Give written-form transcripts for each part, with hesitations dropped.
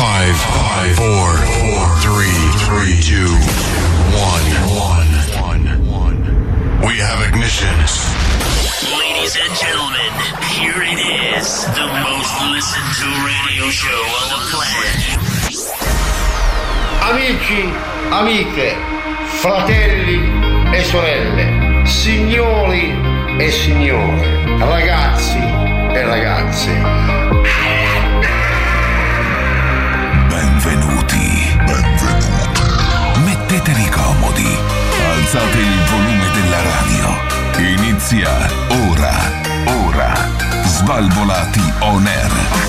5, 4, 3, 2, 1. We have ignition. Ladies and gentlemen, here it is, the most listened to radio show on the planet. Amici, amiche, fratelli e sorelle, signori e signore, ragazzi e ragazze. Benvenuti. Mettetevi comodi. Alzate il volume della radio. Inizia ora. Svalvolati on air.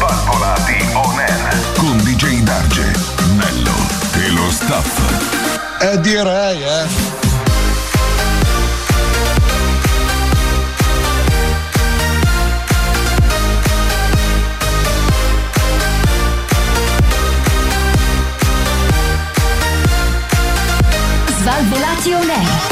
Con DJ Darge, Nello e lo staff. Direi, Svalvolati on air.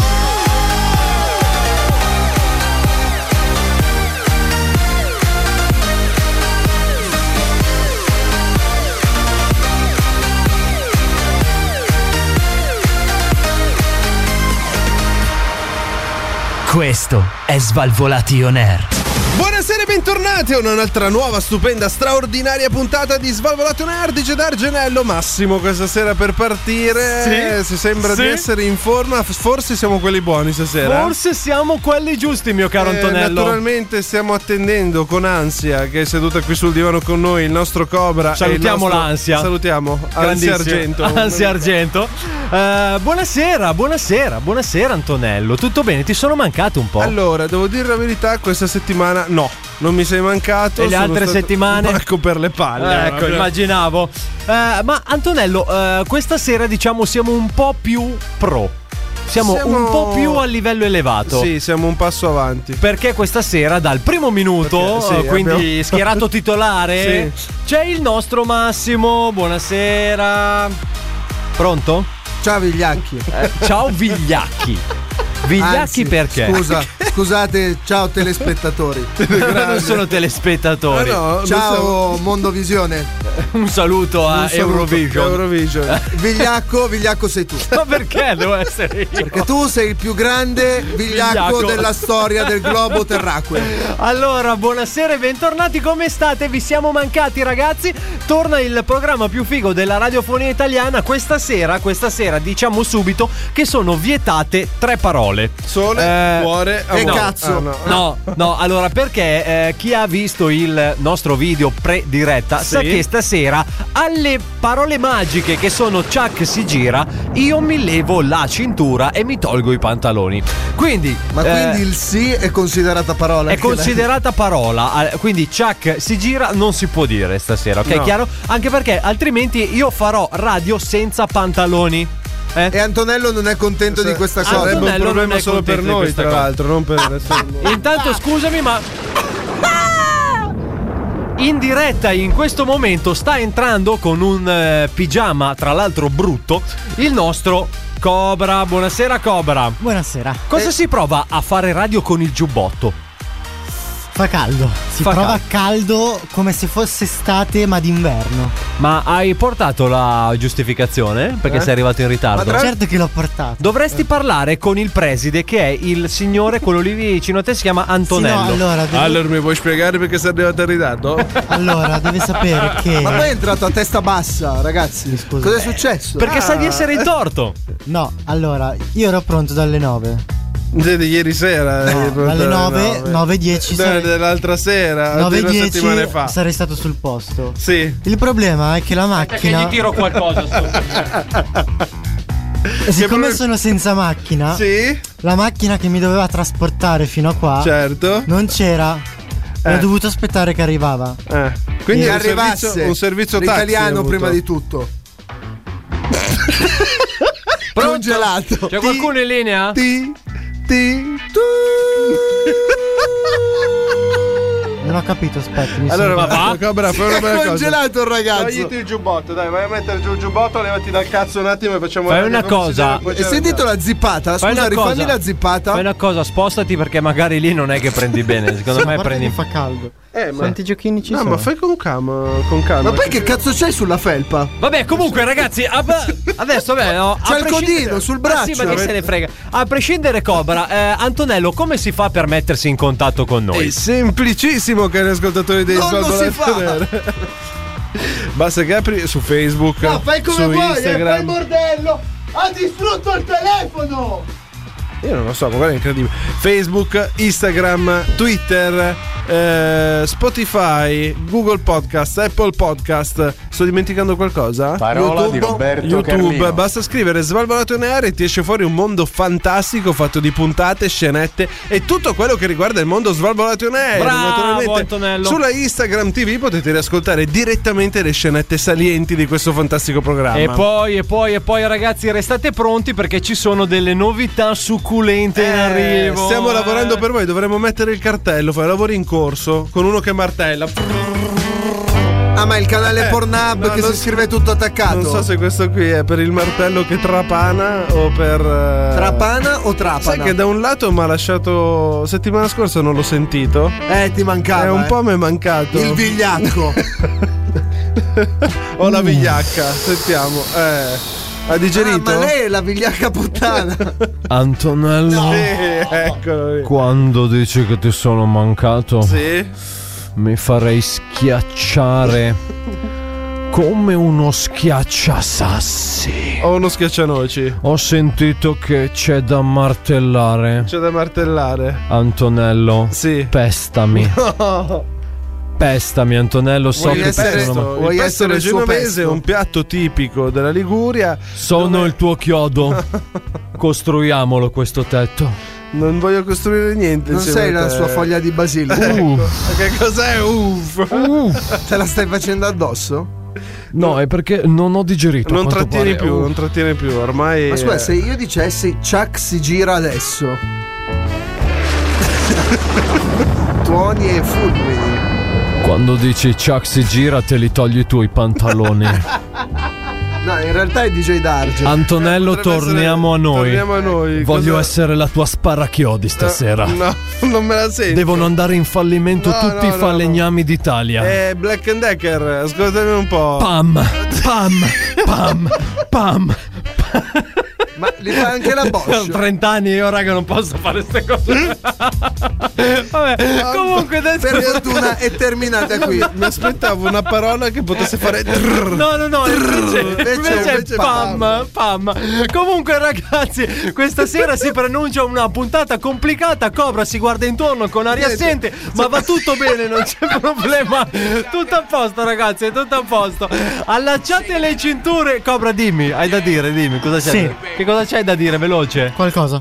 Questo è Svalvolati on air. Buonasera e bentornati a un'altra nuova, stupenda, straordinaria puntata di Svalvolati on air. DJ D'Argenello, Massimo questa sera per partire. Si sembra di essere in forma. Forse siamo quelli buoni stasera. Forse siamo quelli giusti, mio caro Antonello. Naturalmente stiamo attendendo con ansia, che è seduta qui sul divano con noi, il nostro Cobra. Salutiamo l'ansia. Salutiamo Ansia Argento. Ansia Argento. Buonasera Antonello. Tutto bene? Ti sono mancato un po'. Allora, devo dire la verità, questa settimana no, non mi sei mancato. E le altre settimane? Ecco, per le palle. Ecco, immaginavo. Ma Antonello, questa sera diciamo siamo un po' più pro. Siamo un po' più a livello elevato. Sì, siamo un passo avanti. Perché questa sera dal primo minuto, quindi schierato titolare, c'è il nostro Massimo. Buonasera. Pronto? Ciao Vigliacchi. Ciao Vigliacchi. Vigliacchi. Anzi, perché? Scusate, ciao telespettatori. Non sono telespettatori. Ciao Mondovisione. Un saluto a Eurovision. Vigliacco sei tu. Ma perché devo essere io? Perché tu sei il più grande vigliacco della storia del globo terracqueo. Allora, buonasera e bentornati, come state? Vi siamo mancati, ragazzi. Torna il programma più figo della radiofonia italiana. Questa sera diciamo subito che sono vietate 3 parole. Sole, cuore e cazzo. No, allora perché chi ha visto il nostro video pre-diretta sa che stasera alle parole magiche che sono Chuck si gira, io mi levo la cintura e mi tolgo i pantaloni. Quindi quindi il sì è considerata parola? È considerata parola, quindi Chuck si gira non si può dire stasera, ok? No. Chiaro? Anche perché altrimenti io farò radio senza pantaloni. E Antonello non è contento di questa cosa. Sarebbe un problema solo per noi, tra l'altro, non per nessuno. Intanto scusami, ma in diretta in questo momento sta entrando con un pigiama, tra l'altro brutto, il nostro Cobra. Buonasera Cobra. Buonasera. Cosa si prova a fare radio con il giubbotto? Fa caldo. Si prova caldo come se fosse estate ma d'inverno. Ma hai portato la giustificazione? Perché sei arrivato in ritardo? Ma certo che l'ho portato. Dovresti parlare con il preside, che è il signore, quello lì vicino a te, si chiama Antonello. Sì, no, allora mi puoi spiegare perché sei arrivato in ritardo? Allora, deve sapere che... Ma poi è entrato a testa bassa, ragazzi. Scusa. Cos'è successo? Perché sa di essere in torto. No, allora, io ero pronto dalle 9. Di ieri sera, alle 9:10 dell'altra sera, 9:10 fa sarei stato sul posto. Sì. Il problema è che la macchina, che gli tiro qualcosa siccome sono senza macchina, la macchina che mi doveva trasportare fino a qua, non c'era. Ho dovuto aspettare che arrivava. Quindi arrivasse un servizio taxi italiano prima di tutto. Congelato. C'è qualcuno in linea? Non ho capito, aspetta. Allora, Cobra, fai una bella cosa. Congelato il ragazzo. Togliti il giubbotto, dai, vai a mettere giù il giubbotto, levati dal cazzo un attimo e facciamo. Fai una cosa. E sentito la zippata? Scusa, rifammi la zippata. Fai una cosa, spostati perché magari lì non è che prendi bene. Secondo me prendi. Fa caldo. Quanti giochini ci sono? Ma fai con calma. Ma poi che cazzo c'hai sulla felpa? Vabbè, comunque, ragazzi, adesso c'è il codino sul braccio. Sì, ma che se ne frega. A prescindere, Cobra, Antonello, come si fa per mettersi in contatto con noi? È semplicissimo, cari ascoltatori dei Svalvolati. Basta che apri su Facebook, fai come su vuoi, Instagram. fai il bordello. Ha distrutto il telefono. Io non lo so, ma guarda, è incredibile. Facebook, Instagram, Twitter, Spotify, Google Podcast, Apple Podcast. Sto dimenticando qualcosa? Parola di Roberto YouTube. Carlino. Basta scrivere Svalvolato on Air e ti esce fuori un mondo fantastico fatto di puntate, scenette e tutto quello che riguarda il mondo Svalvolato on Air. Bravo, naturalmente Antonello. sulla Instagram TV potete riascoltare direttamente le scenette salienti di questo fantastico programma. E poi ragazzi, restate pronti perché ci sono delle novità succulente in arrivo. Stiamo lavorando per voi, dovremmo mettere il cartello, fai lavori in corso con uno che martella. Ah, ma il canale Pornhub che si scrive tutto attaccato. Non so se questo qui è per il martello che trapana o per Trapana o trapana? Sai che da un lato mi ha lasciato settimana scorsa, non l'ho sentito. Ti mancava. Un po' mi è mancato il vigliacco. O la vigliacca. Sentiamo. Ha digerito? Ma lei è la vigliacca puttana. Antonello, eccolo lì. Quando dici che ti sono mancato, sì, mi farei schiacciare come uno schiacciasassi. O uno schiaccianoci. Ho sentito che c'è da martellare. C'è da martellare. Antonello, sì, pestami. No. Pestami, Antonello. So Vuoi che essere vuoi essere il il suo genovese, pesto? un piatto tipico della Liguria. Sono il tuo chiodo. Costruiamolo questo tetto. Non voglio costruire niente. Non sei la sua foglia di basilico. Che cos'è? Te la stai facendo addosso? No, è perché non ho digerito. Non trattieni più, ormai. Ma scusa, se io dicessi Chuck si gira adesso. Tuoni e fulmini. Quando dici Chuck si gira, te li togli tu i pantaloni. No, in realtà è DJ Darge. Antonello, torniamo a noi. Torniamo a noi. Voglio essere la tua sparachiodi stasera. No, non me la sento. Devono andare in fallimento tutti i falegnami d'Italia. Black & Decker, ascoltami un po'. Pam, pam, pam, pam. Ma li fa anche la Bosch. Ho 30 anni io, raga, non posso fare queste cose. Vabbè, comunque per fortuna è terminata qui. Mi aspettavo una parola che potesse fare No, invece pam. Comunque ragazzi, questa sera si preannuncia una puntata complicata. Cobra si guarda intorno con aria assente, ma va tutto bene, non c'è problema. Tutto a posto, ragazzi, tutto a posto. Allacciate le cinture. Cobra, dimmi, hai da dire, dimmi cosa c'è. Sì. Che cosa c'hai da dire, veloce? Qualcosa.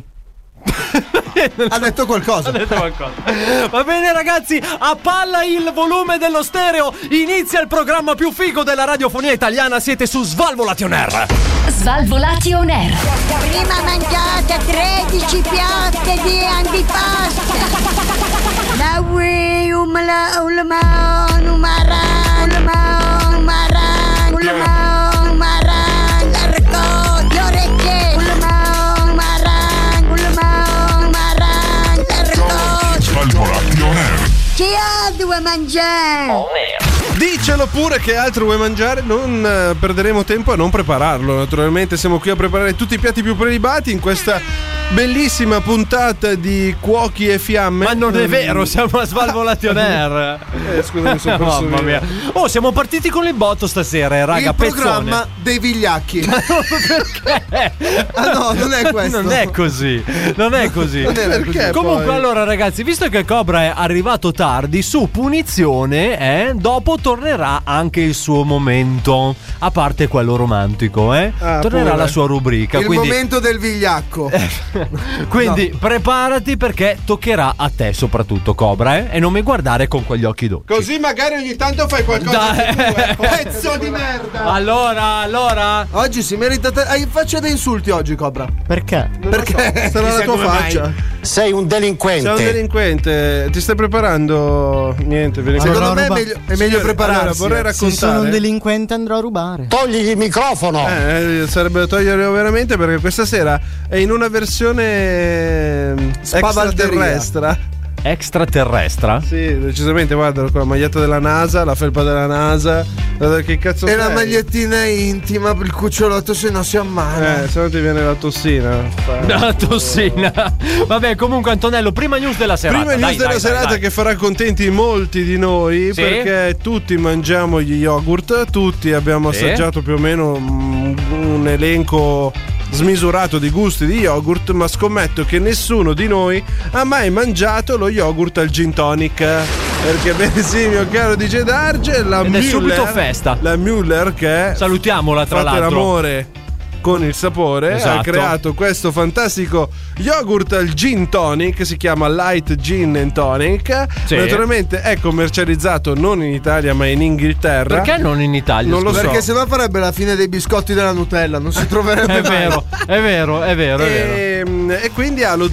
Ha detto qualcosa. Va bene ragazzi, a palla il volume dello stereo. Inizia il programma più figo della radiofonia italiana. Siete su Svalvolati on Air. Svalvolati on Air. Prima mangiate 13 piatte di antipasto. La ui umla ulma numara ulma umara ulma umara l'arco le orecchie ulma umara ulma umara l'arco. Svalvolati on Air. Chi ha due mangiare? Dicelo pure che altro vuoi mangiare. Non perderemo tempo a non prepararlo. Naturalmente siamo qui a preparare tutti i piatti più prelibati in questa bellissima puntata di Cuochi e Fiamme. Ma non è vero, siamo a Svalvolati on Air. Scusami, sono perso. Mamma mia. Oh, siamo partiti con il botto stasera, raga. Il programma dei vigliacchi. Perché? Ah no, non è questo. Non è così. Non è così. Perché Comunque, poi? allora, ragazzi, visto che Cobra è arrivato tardi, su punizione, dopo tornerà anche il suo momento. A parte quello romantico, tornerà pure. la sua rubrica. Il quindi momento del vigliacco. Quindi preparati perché toccherà a te soprattutto, Cobra, e non mi guardare con quegli occhi d'occhio. Così magari ogni tanto fai qualcosa. Pezzo di merda. Allora. Oggi si merita. Hai faccia da insulti oggi, Cobra. Perché? Perché sarà la tua faccia. Sei un delinquente. Sei un delinquente. Ti stai preparando? Niente, vieni qua. Secondo me è meglio prepararsi. Allora, vorrei raccontare. Se sono un delinquente andrò a rubare. Togli il microfono. Sarebbe da toglierlo veramente perché questa sera è in una versione extraterrestre. extraterrestre? Sì, decisamente, guarda, con la maglietta della NASA, la felpa della NASA. Che cazzo e la magliettina intima, il cucciolotto se no si ammala. Se no ti viene la tossina. La tossina. Vabbè, comunque Antonello, prima news della serata. Prima news della serata che farà contenti molti di noi, perché tutti mangiamo gli yogurt, tutti abbiamo assaggiato più o meno un elenco smisurato di gusti di yogurt, ma scommetto che nessuno di noi ha mai mangiato lo yogurt al gin tonic. Perché bene sì, mio caro DJ Darge, la Müller, è subito festa. La Müller, che salutiamola tra l'altro, l'amore con il sapore, ha creato questo fantastico yogurt al gin tonic, si chiama Light Gin and Tonic. Naturalmente è commercializzato non in Italia ma in Inghilterra. Perché non in Italia? Non lo so. Perché sennò farebbe la fine dei biscotti della Nutella, non si troverebbe mai. È vero. E quindi ha lo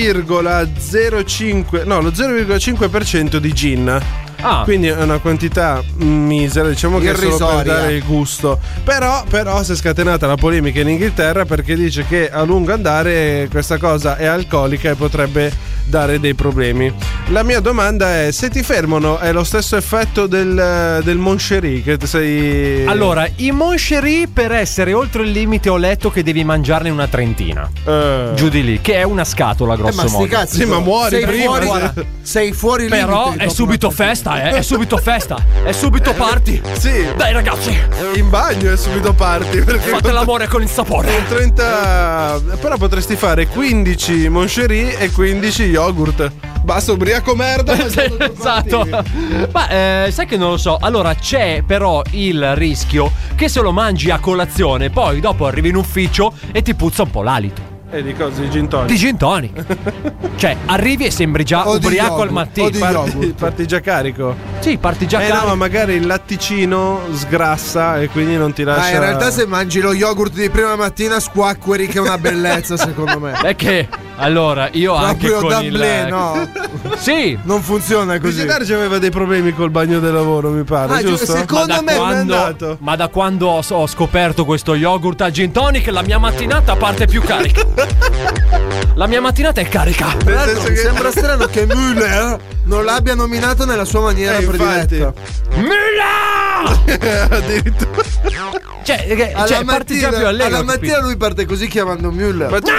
0,05% di gin. Quindi è una quantità misera, diciamo che è solo per dare il gusto. Però si è scatenata la polemica in Inghilterra perché dice che a lungo andare questa cosa è alcolica e potrebbe dare dei problemi. La mia domanda è: se ti fermano è lo stesso effetto del Moncherie che sei... Allora, i Moncherie, per essere oltre il limite, ho letto che devi mangiarne una trentina giù di lì, che è una scatola grosso modo. Cazzi, sì, ma muori sei fuori limite. Però è subito festa. È subito festa, è subito party. Sì. Dai ragazzi, in bagno è subito party. Fate l'amore con il sapore. 30. Però potresti fare 15 Moncherie e 15 yogurt. Basta, ubriaco merda. Esatto. Ma sai che non lo so. Allora c'è però il rischio che se lo mangi a colazione, poi dopo arrivi in ufficio e ti puzza un po' l'alito. E di cosa? Di gin tonic? Di gin tonic. Cioè, arrivi e sembri già ubriaco al mattino. Parti già carico. Sì, parti già carico. No, ma magari il latticino sgrassa e quindi non ti lascia. In realtà se mangi lo yogurt di prima mattina squacqueri, che è una bellezza secondo me. È che allora io anche con il no. Sì, non funziona così. Darge aveva dei problemi col bagno del lavoro, mi pare, giusto? Secondo me non è andato. Ma da quando ho scoperto questo yogurt al gin tonic, la mia mattinata parte più carica. La mia mattinata è carica. Mi sembra strano che Müller non l'abbia nominato nella sua maniera prediletta. Müller! Addirittura. Cioè parte già più allegro. Alla mattina lui parte così chiamando Müller. Nine.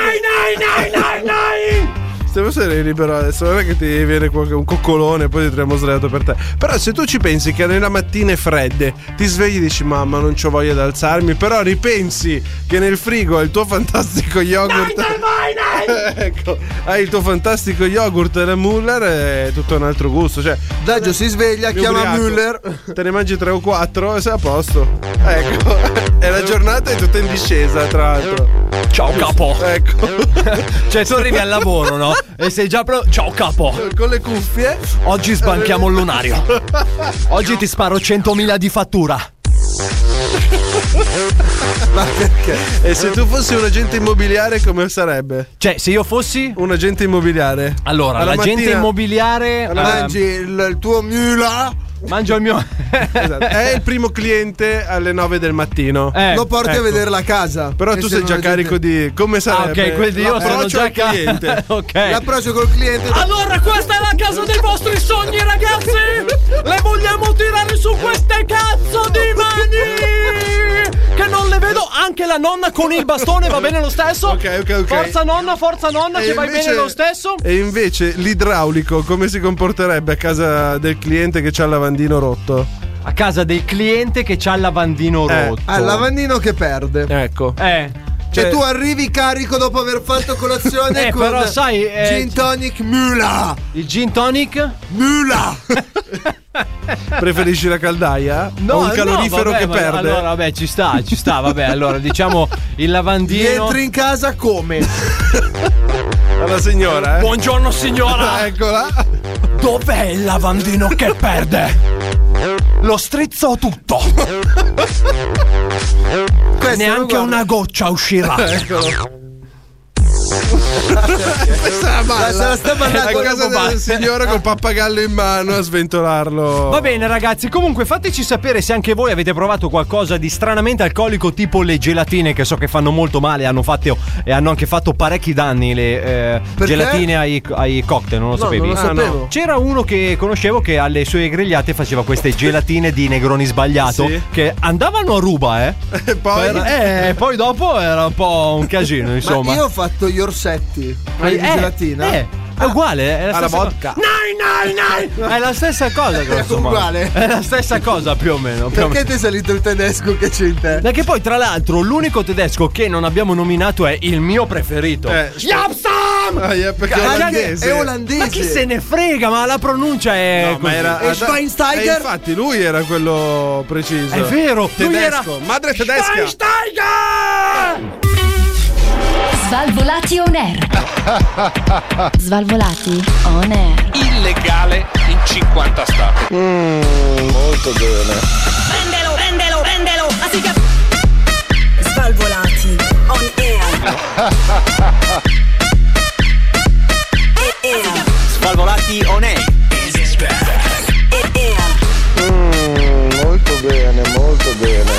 Stiamo sereni però adesso, non è che ti viene un coccolone poi ti troviamo sdraiato per te. Però se tu ci pensi che nelle mattine fredde ti svegli e dici mamma non c'ho voglia di alzarmi, però ripensi che nel frigo hai il tuo fantastico yogurt. Ecco, hai il tuo fantastico yogurt della Müller, è tutto un altro gusto. Cioè Daggio si sveglia, chiama Müller, te ne mangi 3 o 4 e sei a posto. Ecco. E la giornata è tutta in discesa, tra l'altro. Ciao capo. Ecco. Cioè tu arrivi al lavoro, no? E sei già ciao capo. Con le cuffie. Oggi sbanchiamo il lunario. Oggi ti sparo 100.000 di fattura. Ma perché? E se tu fossi un agente immobiliare come sarebbe? Cioè se io fossi un agente immobiliare. Allora l'agente immobiliare mangi il tuo Müller. Mangio il mio. Esatto. È il primo cliente alle 9 del mattino. Lo porti a vedere la casa. Però tu sei già carico di come sarebbe. Ok, quindi io sono già cliente. Ok. L'approccio col cliente. Allora questa è la casa dei vostri sogni, ragazzi. Le vogliamo tirare su queste cazzo di mani. Che non le vedo. Anche la nonna con il bastone va bene lo stesso. Ok. Forza nonna che vai bene lo stesso. E invece l'idraulico come si comporterebbe a casa del cliente che c'ha il lavandino rotto? A casa del cliente che c'ha il lavandino rotto. Il lavandino che perde. Ecco. Cioè tu arrivi carico dopo aver fatto colazione con però sai gin tonic Müller. Il gin tonic Müller. Preferisci la caldaia? No, o un calorifero che perde? Allora vabbè ci sta, vabbè. Allora diciamo il lavandino. Entri in casa come? Alla signora, Buongiorno signora. Eccola. Dov'è il lavandino che perde? Lo strizzo tutto. Neanche una goccia uscirà. Eccolo. Se la sta mandando a casa del signore col pappagallo in mano a sventolarlo. Va bene ragazzi, comunque fateci sapere se anche voi avete provato qualcosa di stranamente alcolico, tipo le gelatine, che so che fanno molto male, hanno anche fatto parecchi danni le gelatine ai cocktail, non lo sapevi? Non lo sapevo. C'era uno che conoscevo che alle sue grigliate faceva queste gelatine di Negroni sbagliato, sì, che andavano a ruba, poi dopo era un po' un casino, insomma. Ma io ho fatto gli orsetti di gelatina. È uguale, è la alla stessa vodka. Nine. È la stessa cosa, È uguale. È la stessa cosa più o meno. Perché ti è salito il tedesco che c'è in te? Perché poi tra l'altro l'unico tedesco che non abbiamo nominato è il mio preferito. Perché è olandese. Ma chi se ne frega, ma la pronuncia è ma era Schweinsteiger. Infatti lui era quello preciso. È vero, tedesco, lui era madre tedesca. Schweinsteiger! Svalvolati on air. Svalvolati on air. Illegale in 50 stati. Molto bene. Prendelo. Así che Svalvolati on air. Svalvolati on air. Molto bene.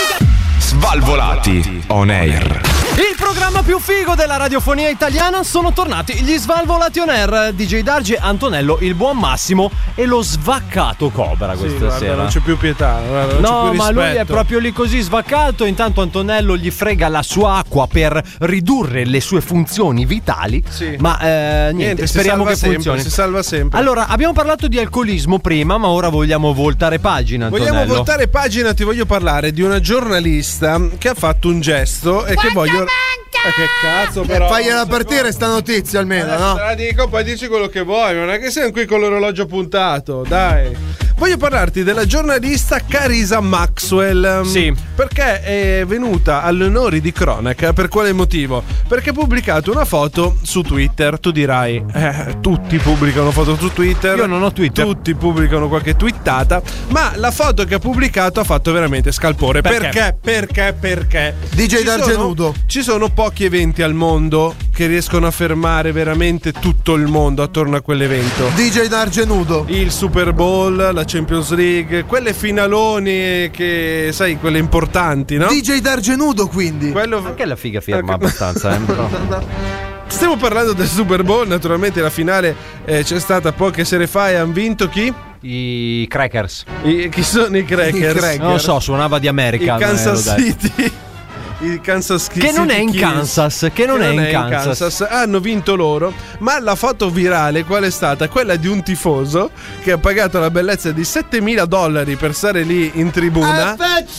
Svalvolati on air. Il programma più figo della radiofonia italiana, sono tornati gli Svalvolati on air. DJ Darge, Antonello, il buon Massimo e lo svaccato Cobra questa sera. Non c'è più pietà, non no, c'è più ma rispetto. lui è proprio lì così svaccato. Intanto Antonello gli frega la sua acqua per ridurre le sue funzioni vitali. Sì. Ma niente, speriamo che funzioni. Si salva sempre. Allora, abbiamo parlato di alcolismo prima, ma ora vogliamo voltare pagina, Antonello. Vogliamo voltare pagina, ti voglio parlare di una giornalista che ha fatto un gesto e che voglio... che cazzo, però. Fagliela partire sta notizia almeno, no? Te la dico, poi dici quello che vuoi. Non è che siamo qui con l'orologio puntato, dai. Voglio parlarti della giornalista Carisa Maxwell. Sì. Perché è venuta all'onore di cronaca. Per quale motivo? Perché ha pubblicato una foto su Twitter. Tu dirai, tutti pubblicano foto su Twitter. Io non ho Twitter. Tutti pubblicano qualche twittata. Ma la foto che ha pubblicato ha fatto veramente scalpore. Perché? DJ Darge nudo. Ci sono pochi eventi al mondo che riescono a fermare veramente tutto il mondo attorno a quell'evento. DJ Darge nudo. Il Super Bowl, la Champions League, quelle finaloni che, sai, quelle importanti, no? DJ Darge nudo, quindi. Anche la figa firma abbastanza, Stiamo parlando del Super Bowl, naturalmente la finale c'è stata poche sere fa e hanno vinto chi? I Crackers. Chi sono i Crackers? Non lo so, suonava di America. Il Kansas City. Il Kansas City che non è in Kings. Kansas, che non è in Kansas. Hanno vinto loro, ma la foto virale qual è stata? Quella di un tifoso che ha pagato la bellezza di $7.000 per stare lì in tribuna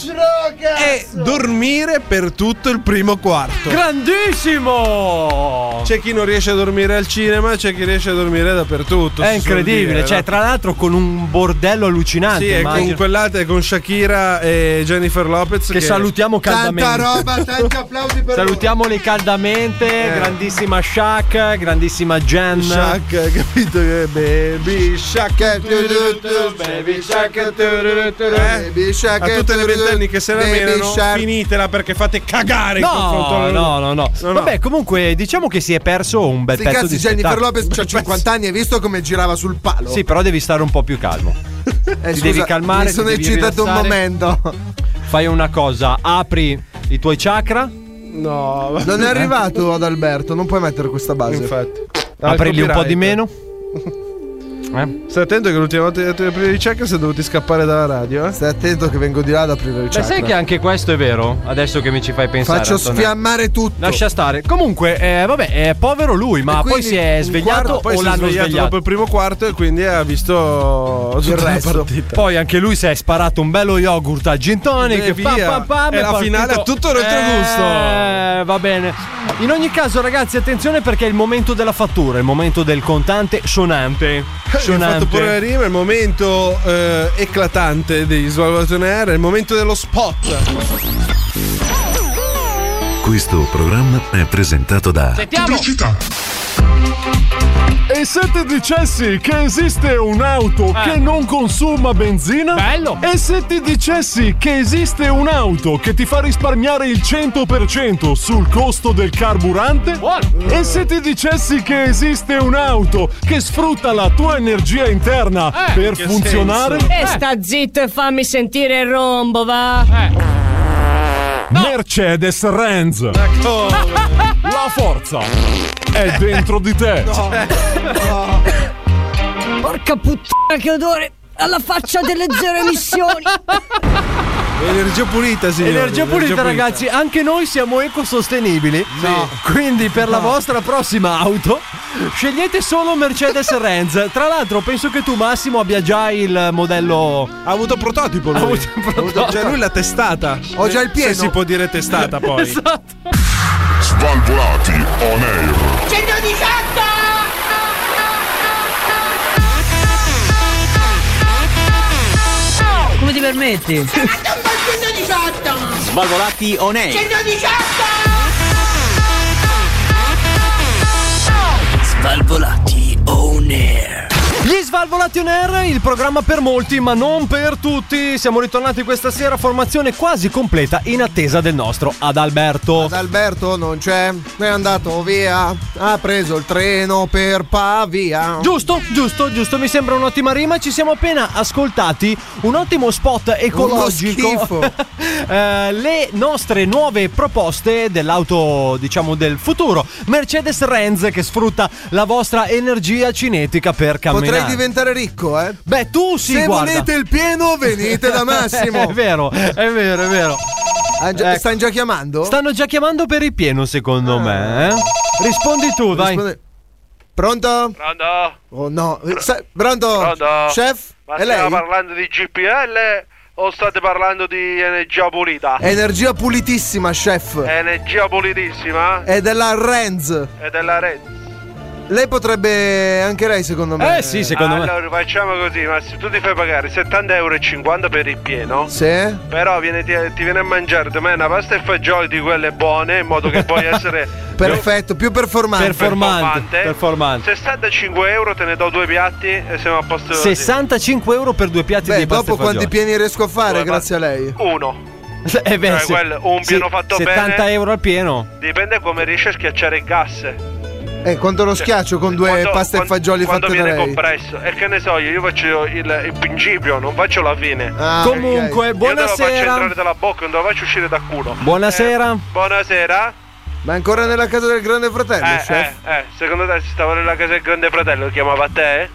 e dormire per tutto il primo quarto. Grandissimo! C'è chi non riesce a dormire al cinema, c'è chi riesce a dormire dappertutto. È incredibile, dire, cioè, no? tra l'altro con un bordello allucinante. Sì, e con quell'altra, con Shakira e Jennifer Lopez che salutiamo caldamente. Tanta roba, tanti applausi per salutiamoli caldamente. Grandissima Shak, grandissima Jen. Shak, capito? Baby Shak, Baby Shak, a tutte le ventenni che se la menano, finitela perché fate cagare in confronto. No. Vabbè, comunque diciamo che si è perso un bel pezzo di Jennifer spettacolo. Lopez c'ha 50 anni, hai visto come girava sul palo? Sì, però devi stare un po' più calmo. Ti devi calmare. Mi sono eccitato un momento. Fai una cosa, apri i tuoi chakra. No, non è arrivato ad Alberto, non puoi mettere questa base. Infatti. Aprili un po' di meno. Stai attento che l'ultima volta che aprire i chakra sei dovuti scappare dalla radio. Stai attento che vengo di là ad aprire il chakra. Sai che anche questo è vero? Adesso che mi ci fai pensare, faccio sfiammare tutto. Lascia stare. Comunque, vabbè, povero lui, ma poi si è svegliato poi o si è l'hanno svegliato svegliato dopo il primo quarto e quindi ha visto il resto. Poi anche lui si è sparato un bello yogurt a gin tonic. E la finale a tutto il nostro gusto. Va bene. In ogni caso, ragazzi, attenzione perché è il momento della fattura, il momento del contante sonante. Ho fatto pure la rima, il momento eclatante degli Svalvolati on air, è il momento dello spot. Questo programma è presentato da Pubblicità. E se ti dicessi che esiste un'auto che non consuma benzina? Bello! E se ti dicessi che esiste un'auto che ti fa risparmiare il 100% sul costo del carburante? Buono! E se ti dicessi che esiste un'auto che sfrutta la tua energia interna per funzionare? E sta zitto e fammi sentire il rombo, va? Mercedes-Benz. La forza è dentro di te. Porca puttana, che odore alla faccia delle zero emissioni. Energia pulita, signori. Energia pulita, ragazzi. Anche noi siamo ecosostenibili. No. Quindi per la vostra prossima auto scegliete solo Mercedes-Benz. Tra l'altro penso che tu, Massimo, abbia già il modello. Ha avuto prototipo lui. Ha avuto un prototipo. Già lui la testata. Ho già il pieno. Se si può dire testata poi. Esatto. Svalvolati on air. 118! Come ti permetti? 118! Svalvolati on air. 118! Svalvolati on air. Gli Svalvolati on Air, il programma per molti ma non per tutti. Siamo ritornati questa sera, formazione quasi completa in attesa del nostro Adalberto. Adalberto non c'è, è andato via, ha preso il treno per Pavia. Giusto, mi sembra un'ottima rima. Ci siamo appena ascoltati un ottimo spot ecologico. Uno schifo. Le nostre nuove proposte dell'auto, diciamo, del futuro, Mercedes-Benz, che sfrutta la vostra energia cinetica per camminare. Potrei diventare ricco, eh? Beh, tu sì, se guarda. volete il pieno, venite da Massimo. È vero. Stanno già chiamando? Stanno già chiamando per il pieno, secondo me. Rispondi tu, vai. Pronto? Pronto? Oh no. Pronto? Chef? Ma è lei? stiamo parlando di GPL o state parlando di energia pulita? Energia pulitissima, chef. Energia pulitissima? È della Renz. È della Renz. Lei potrebbe, anche lei secondo me. Sì, secondo me. Allora facciamo così, ma se tu ti fai pagare 70,50 € per il pieno, sì, però ti viene a mangiare da me una pasta e fagioli di quelle buone, in modo che puoi essere perfetto, più performante. 65 € te ne do 2 piatti e siamo a posto. 65 € per 2 piatti di pasta dopo e fagioli. quanti pieni riesco a fare grazie a lei? Uno. Quello, un pieno fatto 70 bene. 70 € al pieno. Dipende come riesci a schiacciare il gas. Quando lo schiaccio con due paste e fagioli fatte da lei? Quando viene compresso. E che ne so, io faccio il principio, non faccio la fine. Comunque, okay. buonasera. Io te lo faccio entrare dalla bocca, non te lo faccio uscire da culo. Buonasera. Buonasera. Ma è ancora nella casa del Grande Fratello, chef? Secondo te si stava nella casa del Grande Fratello, lo chiamava te?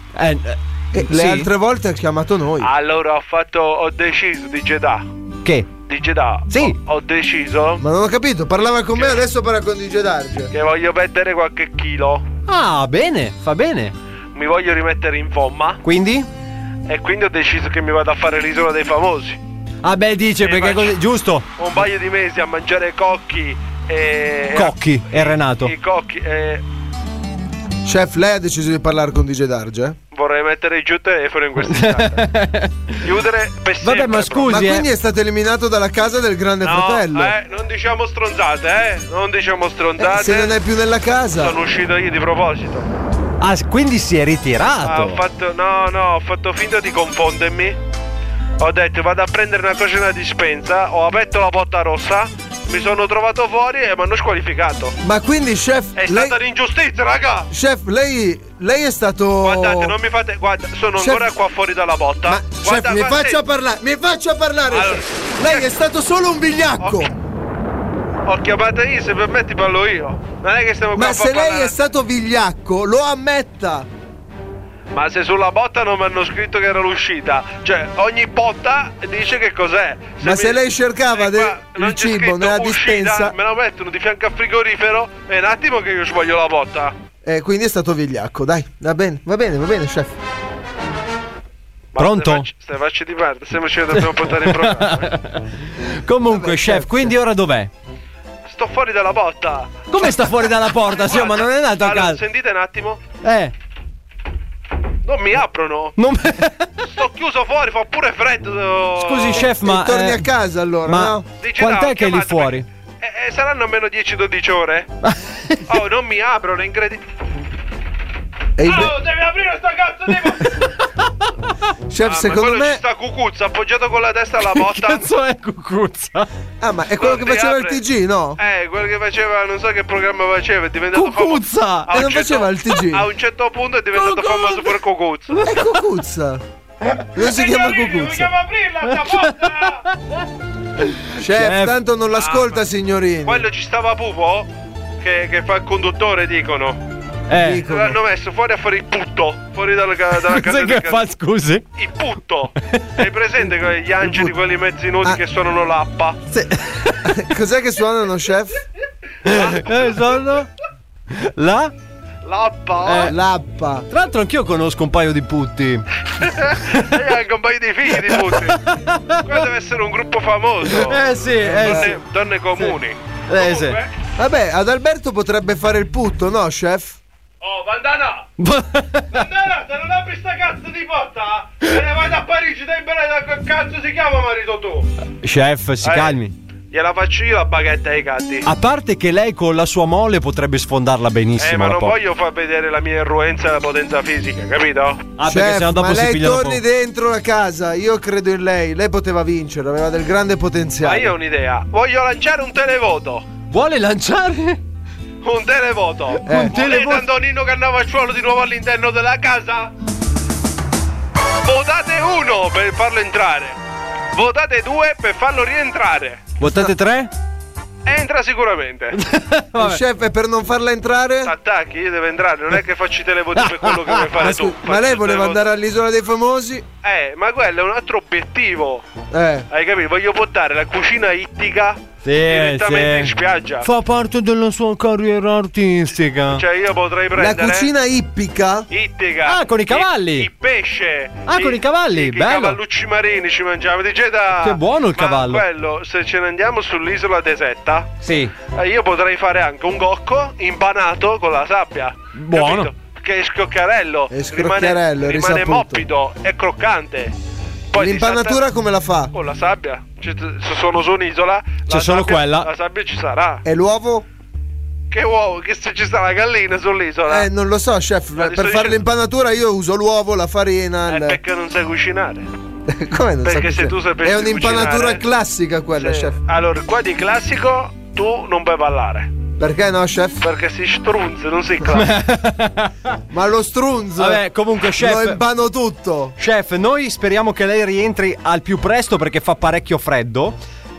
Le altre volte ha chiamato noi. Allora ho deciso di Jeddah. Che? Di Jeddah. Sì. Ho deciso. Ma non ho capito, parlava con me, adesso parla con DJ Darge. Che voglio perdere qualche chilo. Ah, bene, fa bene. Mi voglio rimettere in forma. Quindi? E quindi ho deciso che mi vado a fare l'isola dei famosi. Ah beh, dice, perché così, giusto. Un paio di mesi a mangiare cocchi e... Cocchi, e Renato. I cocchi e... Chef, lei ha deciso di parlare con DJ Darge? Vorrei mettere giù il telefono in quest'istante. Chiudere per sempre. Vabbè, ma scusi, Ma quindi è stato eliminato dalla casa del Grande Fratello? Non diciamo stronzate, non diciamo stronzate. Se non è più nella casa. Sono uscito io di proposito. Ah, quindi si è ritirato. Ho fatto finta di confondermi. Ho detto vado a prendere una cosa nella dispensa. Ho aperto la porta rossa. Mi sono trovato fuori e mi hanno squalificato. Ma quindi, chef, è stata un'ingiustizia, raga. Chef, lei è stato... Guardate, non mi fate... Guarda, sono ancora qua fuori dalla botta. Ma guarda, chef, mi faccia parlare. Allora, lei è stato solo un vigliacco. Ho chiamato io, se permetti parlo io. Non è che stiamo qua Ma se lei è stato vigliacco, lo ammetta. Ma se sulla botta non mi hanno scritto che era l'uscita. Cioè, ogni botta dice che cos'è. Se lei cercava il cibo nella dispensa, me lo mettono di fianco al frigorifero. È un attimo che io sbaglio la botta. Quindi è stato vigliacco, dai. Va bene, chef. Pronto? Stai facce di parte, sembra che ci dobbiamo portare in programma. Comunque, chef, quindi ora dov'è? Sto fuori dalla botta. Come sta fuori dalla porta? Sì, ma non è andato a casa. Sentite un attimo. Non mi aprono. Sto chiuso fuori, fa pure freddo. Scusi, chef, ma torni a casa allora, ma no? Quant'è che è lì fuori? Saranno almeno 10-12 ore. Oh, non mi aprono, è incredibile. devi aprire sta cazzo di Chef, secondo me ci sta Cucuzza appoggiato con la testa alla botta. Che cazzo è Cucuzza? Ah, ma è quello che faceva il TG, no? Quello che faceva, non so che programma faceva, è diventato Cucuzza! E non faceva il TG. A un certo punto è diventato famoso pure Cucuzza. È Cucuzza. Non si chiama Cucuzza. Dobbiamo aprirla sta porta. Chef, tanto non l'ascolta, signorini. Quello ci stava Pupo che fa il conduttore, dicono. L'hanno messo fuori a fare il putto. Fuori dalla casa. Cos'è che fa, scusi? Il putto. Hai presente gli angeli, quelli mezzi nudi che suonano l'appa? Sì. Cos'è che suonano, chef? Suonano l'appa. L'appa. Tra l'altro anch'io conosco un paio di putti. E anche un paio di figli di putti. Quello deve essere un gruppo famoso. Donne comuni. Sì. Vabbè, ad Alberto potrebbe fare il putto, no, chef? Oh, Vandana, se non apri sta cazzo di porta, te ne vai da Parigi, dai bene, che cazzo si chiama marito tu? Chef, si calmi. Gliela faccio io la baghetta ai gatti. A parte che lei con la sua mole potrebbe sfondarla benissimo. Ma non voglio far vedere la mia irruenza e la potenza fisica, capito? Chef, ma lei torni dentro la casa, io credo in lei. Lei poteva vincere, aveva del grande potenziale. Ma io ho un'idea, voglio lanciare un televoto. Vuole lanciare? Un televoto. Volete Antonino Cannavacciuolo di nuovo all'interno della casa? Votate 1 per farlo entrare. Votate 2 per farlo rientrare. Votate 3? Entra sicuramente. Chef, è per non farla entrare? Attacchi, io devo entrare, non è che faccio i televoti per quello che vuoi fare tu. Ma lei voleva andare all'Isola dei Famosi? Ma quello è un altro obiettivo. Hai capito? Voglio portare la cucina ittica direttamente in spiaggia. Fa parte della sua carriera artistica. Cioè io potrei prendere la cucina ippica? Ittica. Ah, con i cavalli. Il pesce. Con i cavalli, bello. I cavallucci marini ci mangiamo. Che buono il cavallo. Quello, se ce ne andiamo sull'isola desetta, sì. Io potrei fare anche un gocco impanato con la sabbia. Buono. Capito? Che è scrocchiarello. Rimane morbido e croccante. Poi l'impanatura come la fa? Con la sabbia. Se sono su un'isola, c'è solo quella. La sabbia ci sarà. E l'uovo? Che uovo? Che se ci sta la gallina sull'isola? Non lo so, chef. Per fare l'impanatura io uso l'uovo, la farina. Perché non sai cucinare. Come non Perché se tu sapessi è un'impanatura cucinare, classica quella, chef. Allora, qua di classico tu non puoi parlare. Perché no, chef? Perché si strunza, non si classico. Ma lo strunzo. Vabbè, comunque, chef, lo impano tutto. Chef, noi speriamo che lei rientri al più presto perché fa parecchio freddo.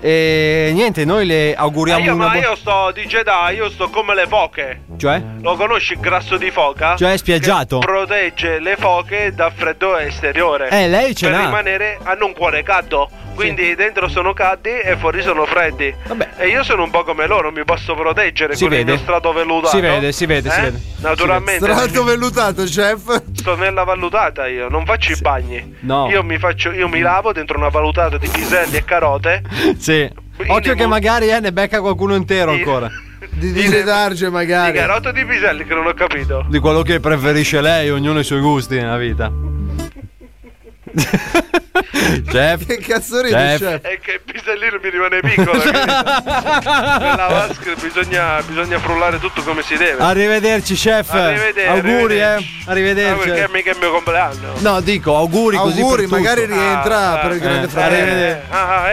E niente, noi le auguriamo io sto di Jedi, io sto come le foche. Cioè? Lo conosci il grasso di foca? Cioè spiaggiato? Che protegge le foche dal freddo esteriore. Lei ce per n'ha. rimanere, hanno un cuore caldo. Quindi dentro sono caldi e fuori sono freddi. Vabbè. E io sono un po' come loro, mi posso proteggere con il mio strato vellutato. Si vede. Naturalmente. Strato vellutato, chef. Sto nella vallutata io, non faccio i bagni. No. Io mi lavo dentro una vallutata di piselli e carote. Sì. Occhio che magari ne becca qualcuno intero ancora. Di d'arge magari. Di carote o di piselli che non ho capito. Di quello che preferisce lei, ognuno i suoi gusti nella vita. Chef, che cazzo ride, chef? È che il pisellino mi rimane piccolo. Nella vasca bisogna frullare tutto come si deve. Arrivederci, chef. Auguri, Arrivederci. Perché mica è il mio compleanno. No, dico auguri così. Auguri, magari rientra per il grande fratello.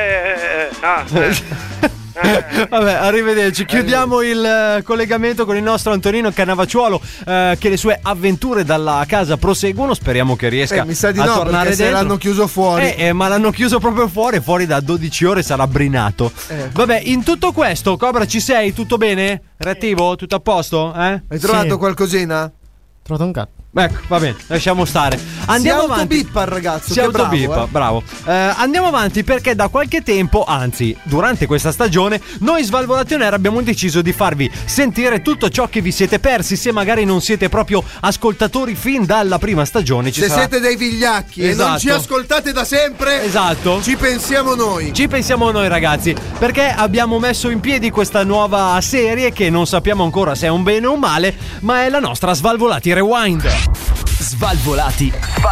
Vabbè, arrivederci. Chiudiamo il collegamento con il nostro Antonino Cannavacciuolo, che le sue avventure dalla casa proseguono. Speriamo che riesca mi sa di a no, tornare perché dentro. Se l'hanno chiuso fuori. Ma l'hanno chiuso proprio fuori da 12 ore sarà brinato. Vabbè, in tutto questo, Cobra, ci sei? Tutto bene? Reattivo? Tutto a posto? Hai trovato qualcosina? Trovato un gatto. Ecco, va bene, lasciamo stare. Andiamo avanti. Si autobippa il ragazzo. Si autobippa, bravo. Andiamo avanti perché da qualche tempo, anzi, durante questa stagione, noi Svalvolati On Air abbiamo deciso di farvi sentire tutto ciò che vi siete persi. Se magari non siete proprio ascoltatori fin dalla prima stagione, se siete dei vigliacchi e non ci ascoltate da sempre, esatto, ci pensiamo noi. Ci pensiamo noi, ragazzi, perché abbiamo messo in piedi questa nuova serie che non sappiamo ancora se è un bene o un male, ma è la nostra Svalvolati Rewind. Svalvolati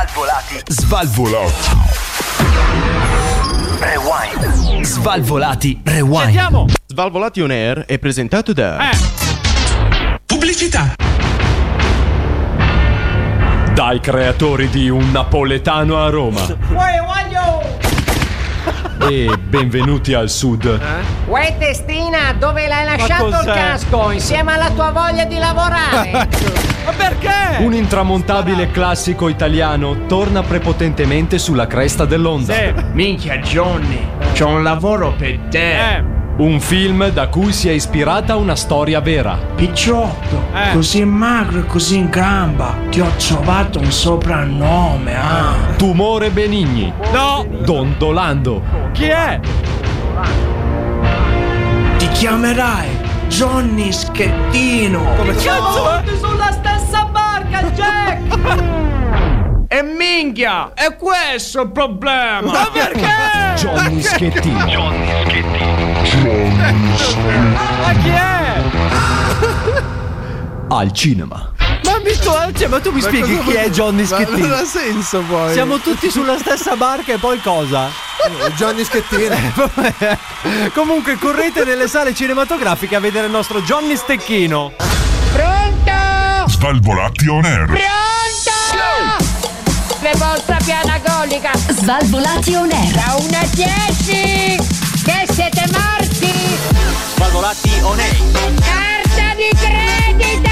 Rewind. Svalvolati Rewind. Sentiamo. Svalvolati On Air è presentato da Pubblicità. Dai creatori di Un Napoletano a Roma. E benvenuti al sud. Uè testina, dove l'hai lasciato il casco? Insieme alla tua voglia di lavorare. Ma perché? Un intramontabile classico italiano torna prepotentemente sulla cresta dell'onda. Sì. Minchia Johnny, c'ho un lavoro per te. Un film da cui si è ispirata una storia vera. Picciotto, così magro e così in gamba, ti ho trovato un soprannome. Tumore Benigni. No. Dondolando. Chi è? Ti chiamerai Johnny Schettino. Come cazzo? Sulla stessa barca, Jack! E minchia, è questo il problema. Ma perché? Johnny Schettino. Ma chi è? Al cinema. Ma tu mi spieghi chi è Johnny Schettino? Non ha senso poi. Siamo tutti sulla stessa barca e poi cosa? Johnny Schettino. Comunque correte nelle sale cinematografiche a vedere il nostro Johnny Stecchino. Pronto? Svalvolati on air. Pronto? Le vostra piana golica. Svalvolati on air. Da 1 a 10. Che siete morti? Svalvolati on air. Carta di credito.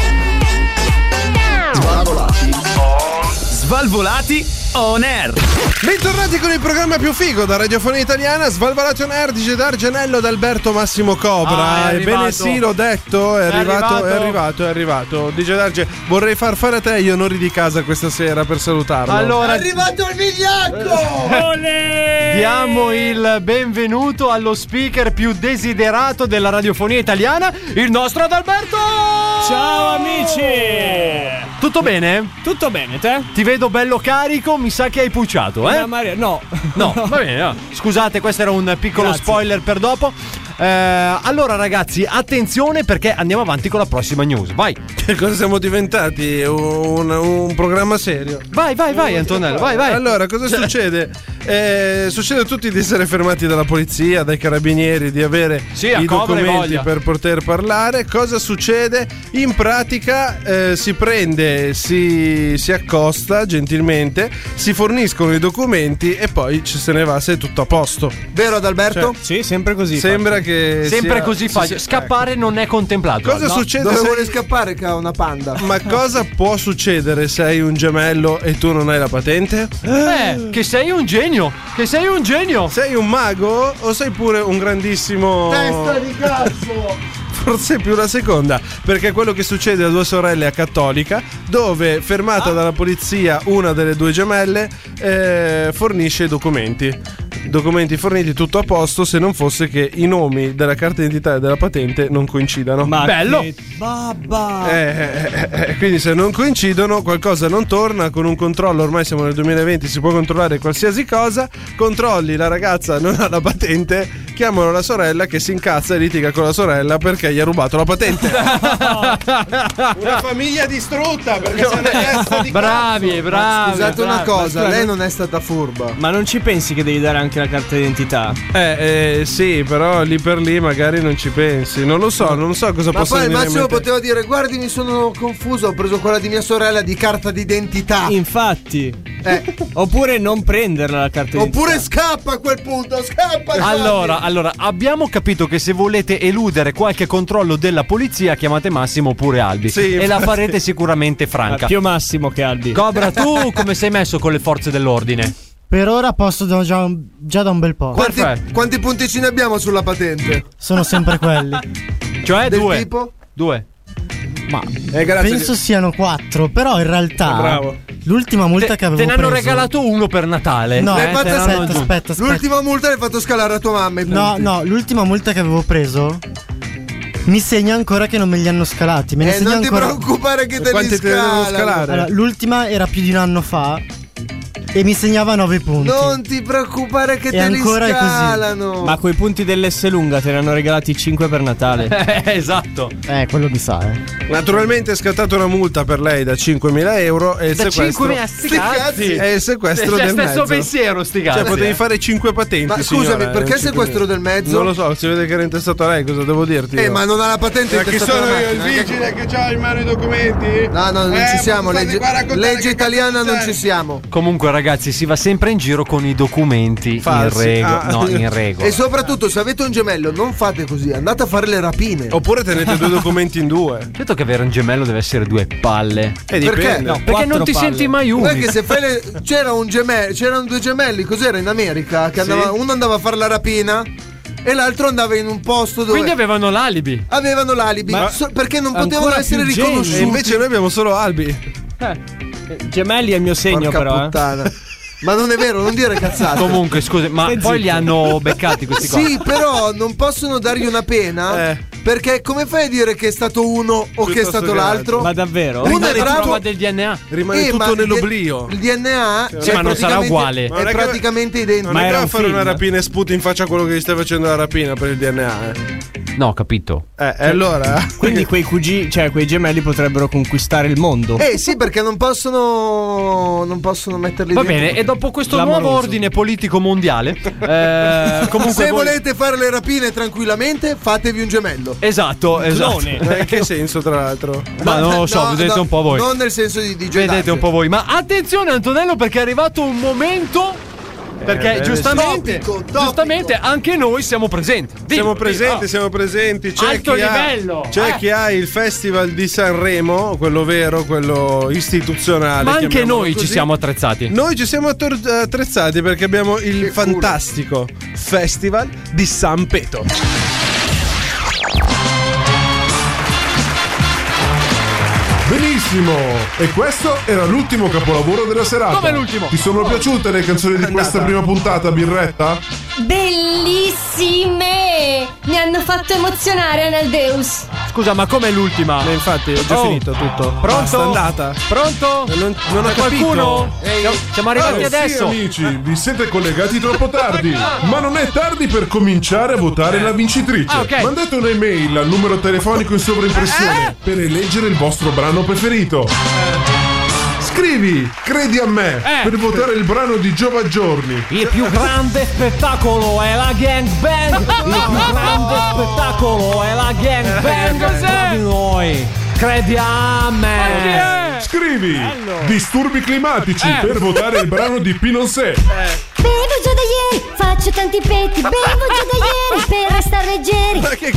Svalvolati on air. Bentornati con il programma più figo da Radiofonia Italiana, Svalvolati on air di D'Argenello da Alberto Massimo Cobra. Ebbene sì, l'ho detto, è arrivato. Dice D'Arge, vorrei far fare a te gli onori di casa questa sera per salutarlo. Allora, È arrivato il vigliacco! diamo il benvenuto allo speaker più desiderato della radiofonia italiana, il nostro Adalberto! Ciao amici! Tutto bene? Tutto bene, te? Ti vedo bello carico, mi sa che hai pucciato, eh? No. No, va bene, no. Scusate, questo era un piccolo spoiler per dopo. Allora ragazzi, attenzione perché andiamo avanti con la prossima news. Vai. Che cosa siamo diventati? Un programma serio. Vai Antonello, vai. Allora, cosa succede? Succede a tutti di essere fermati dalla polizia, dai carabinieri, di avere i documenti per poter parlare. Cosa succede? In pratica si prende, si accosta gentilmente, si forniscono i documenti e poi se ne va, se è tutto a posto. Vero Adalberto? Sì, sempre così. Sembra che sempre così facile. Scappare non è contemplato. Cosa succede? Dove vuole scappare che ha una panda? Ma cosa può succedere se hai un gemello e tu non hai la patente? Che sei un genio. Sei un mago o sei pure un grandissimo Testa di cazzo! Forse più la seconda, perché è quello che succede a due sorelle a Cattolica, dove fermata dalla polizia una delle due gemelle fornisce i documenti forniti, tutto a posto, se non fosse che i nomi della carta d'identità e della patente non coincidano. Ma bello! Babba! Quindi se non coincidono qualcosa non torna. Con un controllo, ormai siamo nel 2020, si può controllare qualsiasi cosa. Controlli, la ragazza non ha la patente, chiamano la sorella che si incazza e litiga con la sorella perché gli ha rubato la patente. Una famiglia distrutta perché sei una testa di bravi. Scusate una cosa, lei non è stata furba. Ma non ci pensi che devi dare anche la carta d'identità? Sì, però lì per lì magari non ci pensi. Non lo so cosa ma possa poi venire al in massimo mente. poteva dire: guardi, mi sono confuso, ho preso quella di mia sorella di carta d'identità. Infatti. Oppure non prenderla la carta d'identità. Oppure scappa a quel punto, scappa. Allora, abbiamo capito che se volete eludere qualche controllo della polizia, chiamate Massimo oppure Albi. Sì, e la farete sicuramente franca. Più Massimo che Albi. Cobra, tu come sei messo con le forze dell'ordine? Per ora posso già da un bel po'. Quanti punticini abbiamo sulla patente? Sono sempre quelli. Cioè Del due. tipo? Due. Ma penso siano 4. Però in realtà bravo. l'ultima multa che avevo te ne hanno preso, regalato uno per Natale. No, aspetta. L'ultima multa l'hai fatto scalare a tua mamma. No, l'ultima multa che avevo preso mi segna ancora che non me li hanno scalati. Me ne segna non ti ancora... preoccupare che te li Quanti te ne devono scalare? Allora, l'ultima era più di un anno fa. e mi segnava 9 punti. Non ti preoccupare che te li scalano. Ma quei punti dell'S lunga te ne hanno regalati 5 per Natale. Esatto. Quello mi sa, Naturalmente è scattata una multa per lei da 5.000 euro e il sequestro. 5.000 sti cazzi. È il sequestro del mezzo. Stesso pensiero, sti cazzi. Cioè potevi fare 5 patenti. Ma scusami, signora, perché il sequestro del mezzo? Non lo so, si vede che era intestato a lei, cosa devo dirti? Ma non ha la patente. Chi sono io, il vigile che ha in mano i documenti? No, non ci siamo. Legge italiana non ci siamo. Comunque, ragazzi, si va sempre in giro con i documenti falsi. in regola. E soprattutto, se avete un gemello, non fate così, andate a fare le rapine. Oppure tenete 2 documenti in 2. Certo che avere un gemello deve essere 2 palle. Perché? No, perché non ti senti mai unico. Perché se fai c'erano 2 gemelli, cos'era in America? Che uno andava a fare la rapina e l'altro andava in un posto dove. Quindi avevano l'alibi. Perché non potevano essere riconosciuti. E invece noi abbiamo solo albi. Gemelli è il mio segno. Porca però puttana. Ma non è vero, non dire cazzate. Comunque, scusa, ma poi li hanno beccati questi qua. Sì, però non possono dargli una pena. Perché come fai a dire che è stato uno o che è stato l'altro? Ma davvero? Uno è bravo. Prova del DNA. Rimane tutto nell'oblio. Il DNA ma non sarà uguale. È praticamente identico. Non è che va a fare una rapina e sputi in faccia a quello che gli stai facendo la rapina per il DNA. No, capito. Allora. Quindi quei cugini, cioè quei gemelli potrebbero conquistare il mondo. Sì, perché non possono metterli Va dentro. bene, e dopo questo nuovo ordine politico mondiale, comunque se volete fare le rapine tranquillamente, fatevi un gemello. Esatto. In che senso, tra l'altro? Ma non lo so, vedete un po' voi. Non nel senso di giocaggio. Vedete un po' voi. Ma attenzione, Antonello, perché è arrivato un momento. Perché giustamente anche noi siamo presenti. Siamo presenti. C'è alto livello. C'è chi ha il Festival di Sanremo, quello vero, quello istituzionale. Ma anche noi così. ci siamo attrezzati. Noi ci siamo attrezzati perché abbiamo il fantastico Festival di Sanpeto. Benissimo! E questo era l'ultimo capolavoro della serata. Come l'ultimo? Ti sono piaciute le canzoni di questa prima puntata, Birretta? Bellissime! Mi hanno fatto emozionare nel Deus. Scusa, ma com'è l'ultima? Infatti, ho già finito tutto. Pronto? Basta, andata. Pronto? Non ho capito. Qualcuno? Siamo arrivati adesso. Sì, amici, vi siete collegati troppo tardi. Ma non è tardi per cominciare a votare la vincitrice. Okay. Mandate un'email al numero telefonico in sovraimpressione per eleggere il vostro brano preferito. Scrivi "Credi a me" per votare il brano di Giovangiorni. Il più grande spettacolo è la gangbang. Il più grande spettacolo è la gangbang. Cos'è? Di noi. Credi a me. Scrivi "Disturbi climatici" per votare il brano di Pinochet. Bevo già da ieri, faccio tanti petti. Bevo già da ieri per restare leggeri. Perché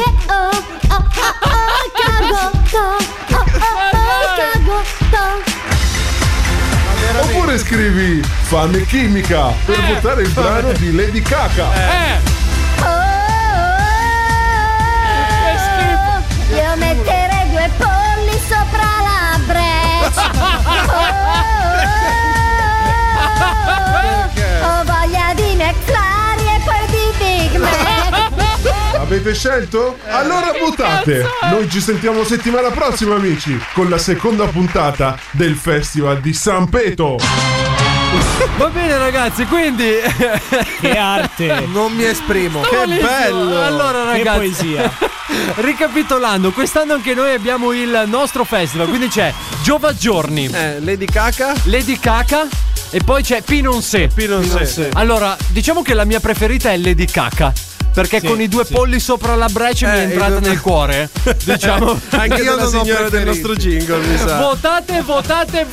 cago. Oppure scrivi "Fame chimica" per votare il brano di Lady Gaga. Io metterei 2 polli sopra la breccia. Ho voglia di McFlurry e poi di Big Mac. Avete scelto? Allora votate! Noi ci sentiamo settimana prossima, amici, con la seconda puntata del Festival di Sanpeto. Va bene, ragazzi, quindi che arte! Non mi esprimo. Che bello! Allora, ragazzi, che poesia! Ricapitolando, quest'anno anche noi abbiamo il nostro festival, quindi c'è Giovangiorni, Lady Gaga e poi c'è Pinochet. Allora, diciamo che la mia preferita è Lady Gaga. Perché con i 2 polli sopra la breccia mi è entrata nel cuore. Diciamo. Anche della signora del nostro jingle, mi sa. Votate.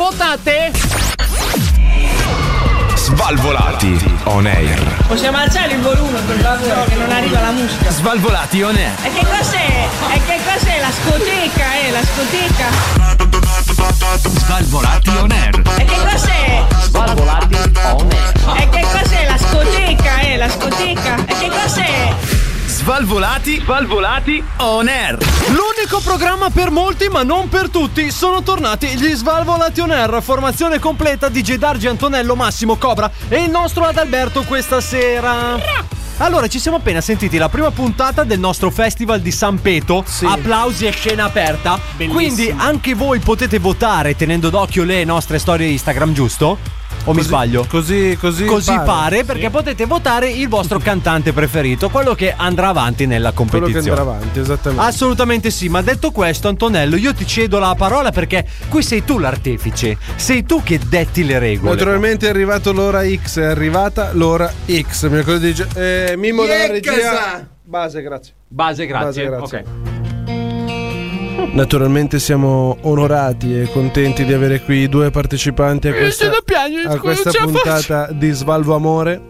Svalvolati on air. Possiamo alzare il volume per favore che non arriva la musica. Svalvolati on air. E che cos'è? La scoteca, la scoteca. Svalvolati on air. E che cos'è? Svalvolati on air. E che cos'è la scoteca, la scoteca? E che cos'è? Svalvolati on air. L'unico programma per molti ma non per tutti. Sono tornati gli Svalvolati on air. Formazione completa di Dargi, Antonello, Massimo, Cobra e il nostro Adalberto questa sera. Allora, ci siamo appena sentiti la prima puntata del nostro Festival di Sanpeto. Applausi e scena aperta. Bellissimo. Quindi anche voi potete votare tenendo d'occhio le nostre storie Instagram, giusto? O mi sbaglio? Così pare, perché potete votare il vostro cantante preferito, quello che andrà avanti nella competizione. Quello che andrà avanti, esattamente. Assolutamente sì, ma detto questo, Antonello, io ti cedo la parola perché qui sei tu l'artefice, sei tu che detti le regole. Naturalmente è arrivata l'ora X, mio cosa dice? Mimmo della regia. Base, grazie. Ok. Naturalmente siamo onorati e contenti di avere qui 2 partecipanti a questa puntata di Svalvo Amore.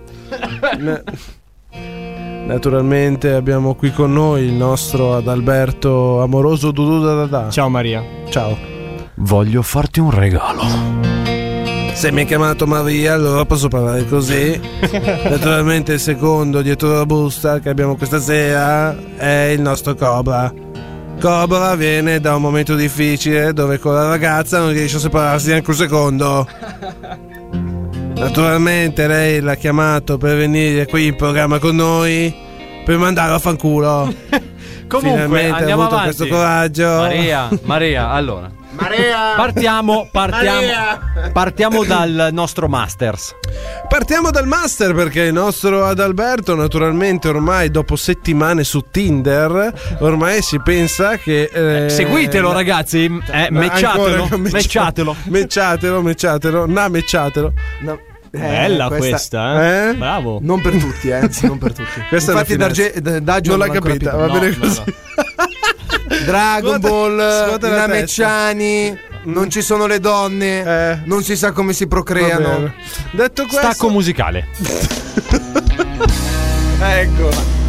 Naturalmente abbiamo qui con noi il nostro Adalberto amoroso Dudu Dadà. Ciao Maria. Ciao. Voglio farti un regalo. Se mi hai chiamato Maria, allora posso parlare così. Naturalmente il secondo dietro la busta che abbiamo questa sera è il nostro Cobra. Cobra viene da un momento difficile dove con la ragazza non riesce a separarsi neanche un secondo. Naturalmente lei l'ha chiamato per venire qui in programma con noi per mandarlo a fanculo. Comunque finalmente andiamo ha avuto avanti. questo coraggio. Maria, allora Maria! Partiamo dal nostro Masters. Partiamo dal Master perché il nostro Adalberto naturalmente ormai dopo settimane su Tinder ormai si pensa che seguitelo ragazzi, mecciatelo. Bella questa, eh? Bravo. Non per tutti, non per tutti. Questa infatti Daggio non l'ha capita, va bene così. Dragon Ball, Namecciani, non ci sono le donne, non si sa come si procreano. Detto questo, stacco musicale. Ecco.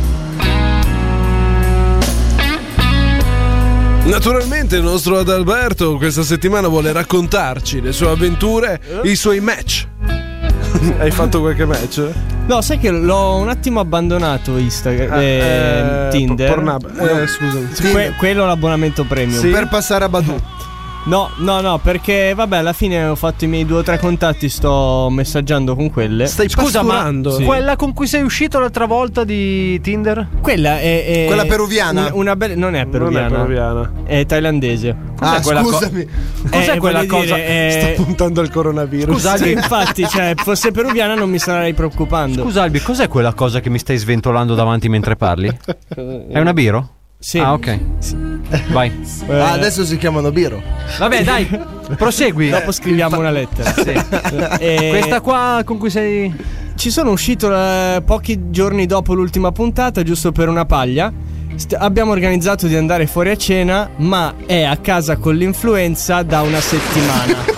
Naturalmente il nostro Adalberto questa settimana vuole raccontarci le sue avventure, i suoi match. Hai fatto qualche match? No, sai che l'ho un attimo abbandonato Instagram, Tinder. Scusa. Quello è l'abbonamento premium. Sì? Per passare a Badoo. No, perché vabbè, alla fine ho fatto i miei 2 o 3 contatti, sto messaggiando con quelle. Scusa, ma sì. Quella con cui sei uscito l'altra volta di Tinder? Quella è quella peruviana? Non è peruviana. È thailandese. Scusami. Cos'è quella cosa? Sta puntando al coronavirus. Scusa, infatti, fosse peruviana non mi starei preoccupando. Scusa Albi, cos'è quella cosa che mi stai sventolando davanti mentre parli? È una biro? Sì. Ah, ok. Sì. Vai. Adesso si chiamano biro. Vabbè, dai, prosegui. Dopo scriviamo una lettera. Sì. Questa qua con cui sei... Ci sono uscito pochi giorni dopo l'ultima puntata, giusto per una paglia. Abbiamo organizzato di andare fuori a cena, ma è a casa con l'influenza da una settimana.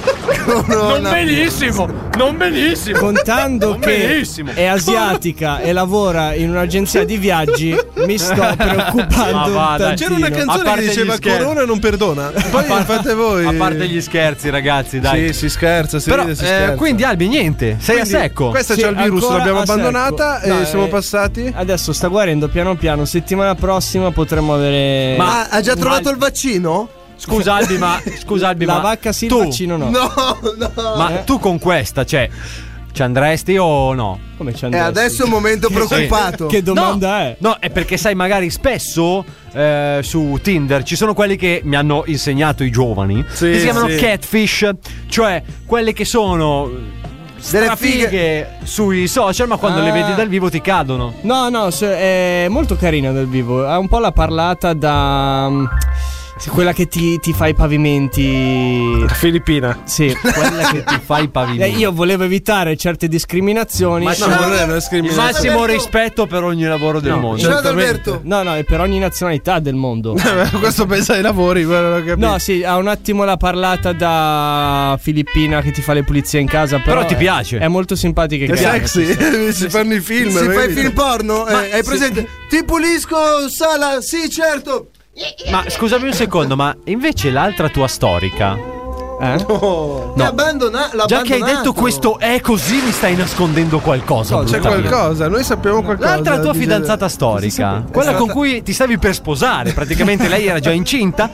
Non benissimo. Contando che è asiatica e lavora in un'agenzia di viaggi, mi sto preoccupando un tantino. C'era una canzone che diceva Corona non perdona. Poi fate voi. A parte gli scherzi, ragazzi, dai. Sì, si scherza, si ride, si scherza. Quindi Albi, niente, sei a secco. Questa c'è il virus, l'abbiamo abbandonata e siamo passati. Adesso sta guarendo piano piano. Settimana prossima potremmo avere. Ma ha già trovato il vaccino? Scusa Albi, la vacca sì, il vaccino no. No. Ma tu con questa, ci andresti o no? Come ci andresti? Adesso è un momento preoccupato. Che domanda è? No, è perché sai, magari spesso su Tinder ci sono quelli che mi hanno insegnato i giovani, che si chiamano catfish, cioè quelle che sono delle fighe sui social, ma quando le vedi dal vivo ti cadono. No, è molto carina dal vivo. Ha un po' la parlata da... quella che ti fa i pavimenti. Filippina. Sì, quella che ti fa i pavimenti. Io volevo evitare certe discriminazioni. Massimo rispetto per ogni lavoro del mondo. No, è per ogni nazionalità del mondo. Questo pensa ai lavori. No, sì, ha un attimo la parlata da filippina che ti fa le pulizie in casa. Però ti piace. È molto simpatica. È sexy. Si fanno i film. Si fa i film porno. Hai presente? Ti pulisco sala. Sì, certo. Ma scusami un secondo, ma invece l'altra tua storica No. Già che hai detto questo è così, mi stai nascondendo qualcosa. No, c'è qualcosa, noi sappiamo qualcosa. L'altra tua fidanzata storica, quella con cui ti stavi per sposare, praticamente lei era già incinta.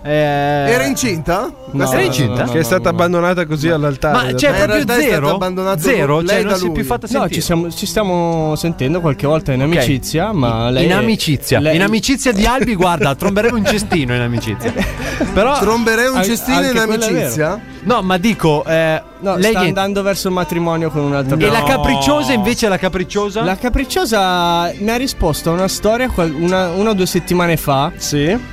Era incinta? No, era incinta? Che è stata abbandonata così all'altare. Ma c'è proprio zero? Zero? Lei non si è più fatta sentire? No, ci stiamo sentendo qualche volta in amicizia, ma lei in amicizia. In amicizia di Albi, guarda, tromberemo un cestino in amicizia. Però tromberei un cestino in amicizia? No, ma dico lei sta andando verso il matrimonio con un'altra persona. E la capricciosa invece, la capricciosa? La capricciosa mi ha risposto a una storia una o 2 settimane fa. Sì.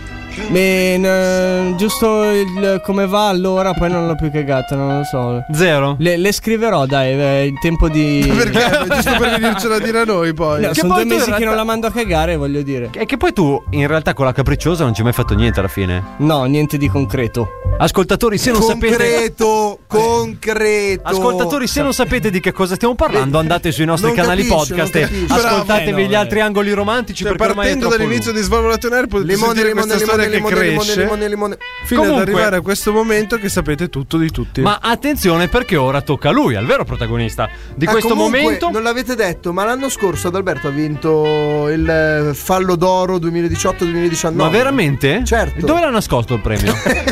Giusto come va allora, poi non l'ho più cagata, non lo so. Zero? Le scriverò, dai, il tempo di. Perché? Giusto per venircela a dire a noi poi. No, sono 2 mesi che non la mando a cagare, voglio dire. E che poi tu in realtà con la capricciosa non ci hai mai fatto niente alla fine. No, niente di concreto. Ascoltatori, se non sapete. Concreto. Ascoltatori, se non sapete di che cosa stiamo parlando, andate sui nostri canali podcast e ascoltatevi gli altri angoli romantici. Cioè, perché partendo dall'inizio di Svalvolato On Air potete sentire questa storia che cresce fino ad arrivare a questo momento che sapete tutto di tutti. Ma attenzione, perché ora tocca a lui, al vero protagonista di questo momento. Non l'avete detto, ma l'anno scorso Adalberto ha vinto il Fallo d'Oro 2018-2019. Ma veramente? Certo. Dove l'ha nascosto il premio?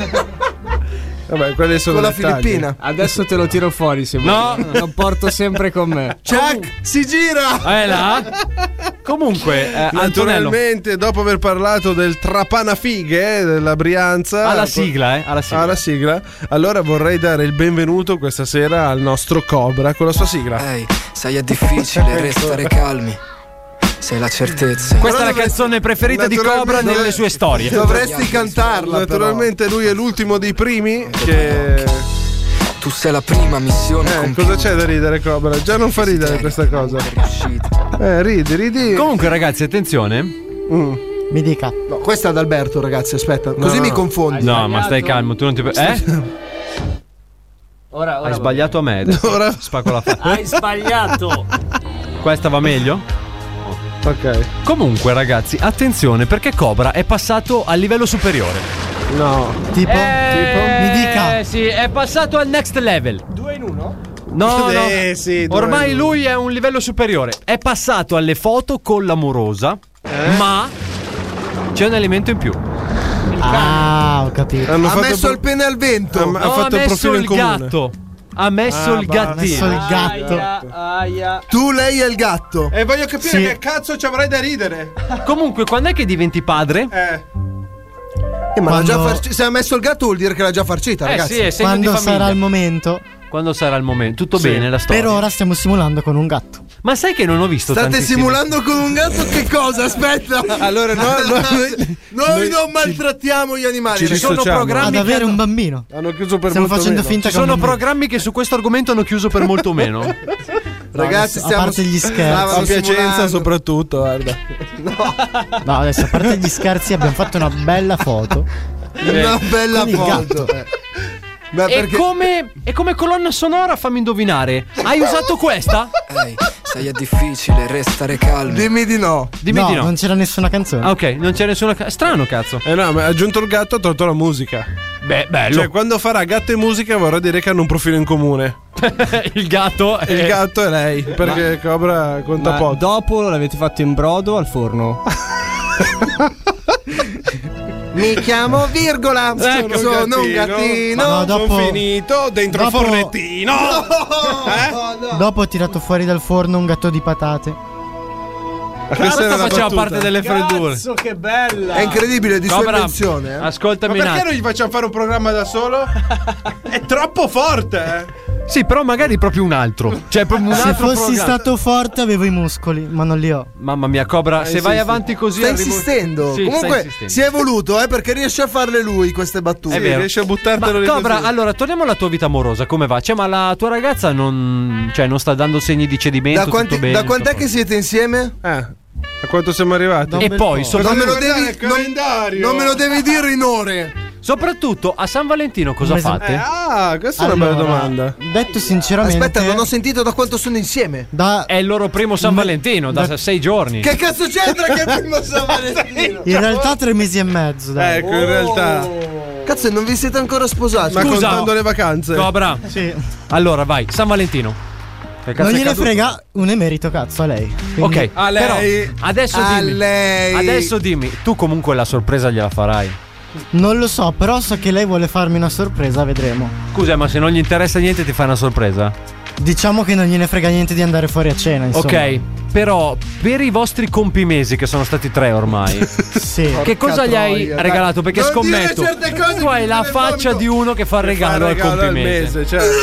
Vabbè, quelli sono con la dettagli. Filippina. Adesso te lo tiro fuori se vuoi. No, lo porto sempre con me. Chuck, si gira. Là. Comunque, naturalmente, dopo aver parlato del Trapanafighe della Brianza, alla sigla, alla sigla, allora vorrei dare il benvenuto questa sera al nostro Cobra con la sua sigla. Ehi, sai, è difficile restare calmi. Sei la certezza. Questa è la canzone preferita di Cobra nelle sue storie. Dovresti cantarla. Naturalmente lui è l'ultimo dei primi che tu sei la prima missione. Cosa c'è da ridere, Cobra? Già non fa ridere questa cosa. Ridi. Comunque ragazzi, attenzione. Mi dica. No, questa è ad Alberto, ragazzi, aspetta. Così mi confondi. No, ma stai calmo, tu non ti Ora hai sbagliato a me. Ora spacco la faccia. Hai sbagliato. Questa va meglio? Ok. Comunque ragazzi, attenzione, perché Cobra è passato al livello superiore. No. Tipo? Mi dica. Sì, è passato al next level. 2 in 1? No, sì, ormai lui è un livello superiore. È passato alle foto con l'amorosa, ma c'è un elemento in più. Ho capito. Ha messo il pene al vento. Ha fatto il profilo in comune. Gatto. Ha messo il gattino. Ha messo il gatto. Tu, lei e il gatto. E voglio capire che cazzo ci avrai da ridere. Comunque, quando è che diventi padre? Ma l'ha già se ha messo il gatto vuol dire che l'ha già farcita, ragazzi. Sì, è segno quando di famiglia. sarà il momento. Quando sarà il momento. Tutto bene la storia. Per ora stiamo simulando con un gatto. Ma sai che non ho visto State tantissime... simulando con un gatto che cosa? Aspetta. Allora noi non maltrattiamo gli animali. Ci sono programmi ad avere un bambino. Hanno chiuso per stiamo molto facendo meno. finta Ci sono programmi che su questo argomento hanno chiuso per molto meno. Ragazzi, a parte gli scherzi, a Piacenza soprattutto, guarda. No, adesso a parte gli scherzi abbiamo fatto una bella foto. Una bella foto. E come colonna sonora, fammi indovinare, hai usato questa? Ehi, sai, è difficile restare calmi. Dimmi di no. Dimmi di no. Non c'era nessuna canzone. Ok, non c'è nessuna strano, cazzo. No, ma ha aggiunto il gatto, ha tolto la musica. Beh, bello. Cioè, quando farà gatto e musica vorrà dire che hanno un profilo in comune. Il gatto è... Il gatto è lei, perché Cobra conta poco. Dopo l'avete fatto in brodo al forno? Mi chiamo Virgola. Sono un gattino. No, dopo, sono finito dentro il fornettino. Dopo ho tirato fuori dal forno un gatto di patate. Questa faceva parte delle freddure. Cazzo, che bella! È incredibile di sua invenzione. Ascoltami. Ma perché non gli facciamo fare un programma da solo? È troppo forte, Sì, però magari proprio un altro. Cioè, proprio un se altro fossi programma. stato forte avevo i muscoli, ma non li ho. Mamma mia, Cobra, se vai avanti così Stai insistendo. Sì, comunque si è evoluto, perché riesce a farle lui queste battute. È vero. Riesce a buttartelo lì. Cobra, così. allora torniamo alla tua vita amorosa, come va? Cioè, ma la tua ragazza non sta dando segni di cedimento? Tutto bene, da quant'è che siete insieme? A quanto siamo arrivati? E poi non me lo devi dire in ore. Soprattutto a San Valentino cosa fate? Questa è una bella domanda. Detto sinceramente, aspetta, non ho sentito da quanto sono insieme. È il loro primo San Valentino, da 6 giorni. Che cazzo c'entra che è il primo San Valentino? In realtà 3 mesi e mezzo, dai. Ecco, in realtà. Cazzo, non vi siete ancora sposati? Ma scusa, contando le vacanze. Cobra. Sì. Allora vai, San Valentino. Non gliene frega un emerito, cazzo, a lei. Quindi... Ok, a lei. Però adesso dimmi, tu comunque la sorpresa gliela farai. Non lo so, però so che lei vuole farmi una sorpresa, vedremo. Scusa, ma se non gli interessa niente ti fai una sorpresa? Diciamo che non gliene frega niente di andare fuori a cena, insomma. Ok, però per i vostri compimesi, che sono stati 3 ormai, sì. Che cosa gli hai regalato? Perché non scommetto tu hai la faccia di uno che fa il regalo al compimese. Al mese,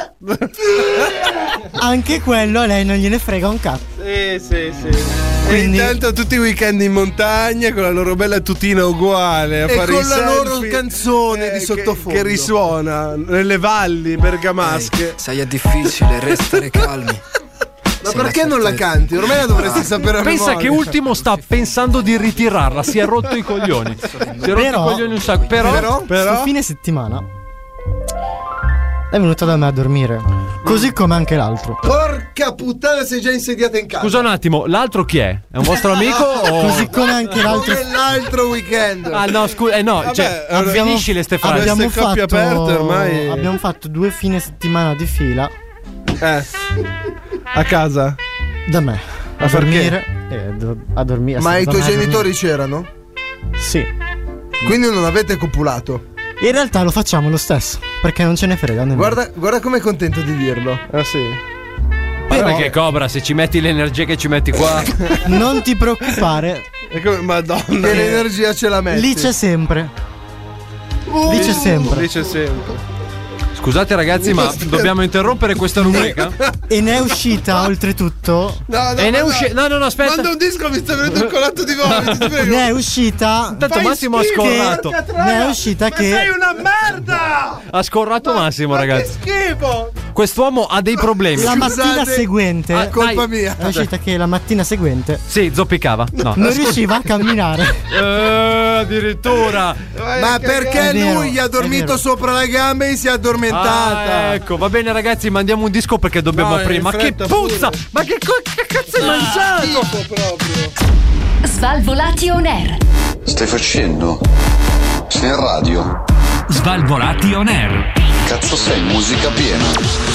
Anche quello a lei non gliene frega un cazzo. Sì. Quindi... E intanto tutti i weekend in montagna con la loro bella tutina uguale a e fare con i la selfie, loro canzone di sottofondo che risuona nelle valli bergamasche. Sai, è difficile restare calmi. Ma perché non la canti? Ormai la dovresti sapere a Pensa memoria. che Ultimo sta pensando di ritirarla. Si è rotto i coglioni. Si è rotto i coglioni un sacco. Però questo fine settimana è venuta da me a dormire. Così come anche l'altro. Porca puttana, sei già insediata in casa. Scusa un attimo, l'altro chi è? È un vostro amico? O... Così come anche l'altro. Come l'altro weekend. Ah no, scusa, no, Vabbè, cioè, abbiamo- finisci le ste frasi. Abbiamo Queste coppie aperte ormai. Abbiamo fatto 2 fine settimana di fila A casa. da me a dormire. A dormire. Ma i tuoi a dormire. genitori c'erano? Sì. Quindi non avete copulato? In realtà lo facciamo lo stesso, perché non ce ne frega nemmeno. Guarda com'è contento di dirlo. Ah sì. Guarda che Cobra, se ci metti l'energia che ci metti qua. Non ti preoccupare, Madonna. Che l'energia ce la metti. lì c'è sempre. Lì c'è sempre. Lì c'è sempre. Scusate ragazzi, ma dobbiamo interrompere questa rubrica? E ne è uscita oltretutto. No, No, aspetta. Manda un disco, mi sta venendo il colato di vomito, ti prego. Ne è uscita. Tanto Massimo ha scorrato. Ne è uscita che. Sei una merda! Ha scorrato Massimo, ragazzi. Schifo! Quest'uomo ha dei problemi. La mattina seguente. Colpa mia. È uscita che la mattina seguente Sì, zoppicava. No. non riusciva a camminare. Addirittura. Ma perché È vero, lui gli ha è dormito vero. sopra la gamba e si è addormentata. Ecco, va bene ragazzi, mandiamo un disco perché dobbiamo aprire. Ma che puzza! Ma che cazzo hai mangiato? Svalvolati on air. Stai facendo? Sei in radio? Svalvolati on air. Cazzo sei, musica piena.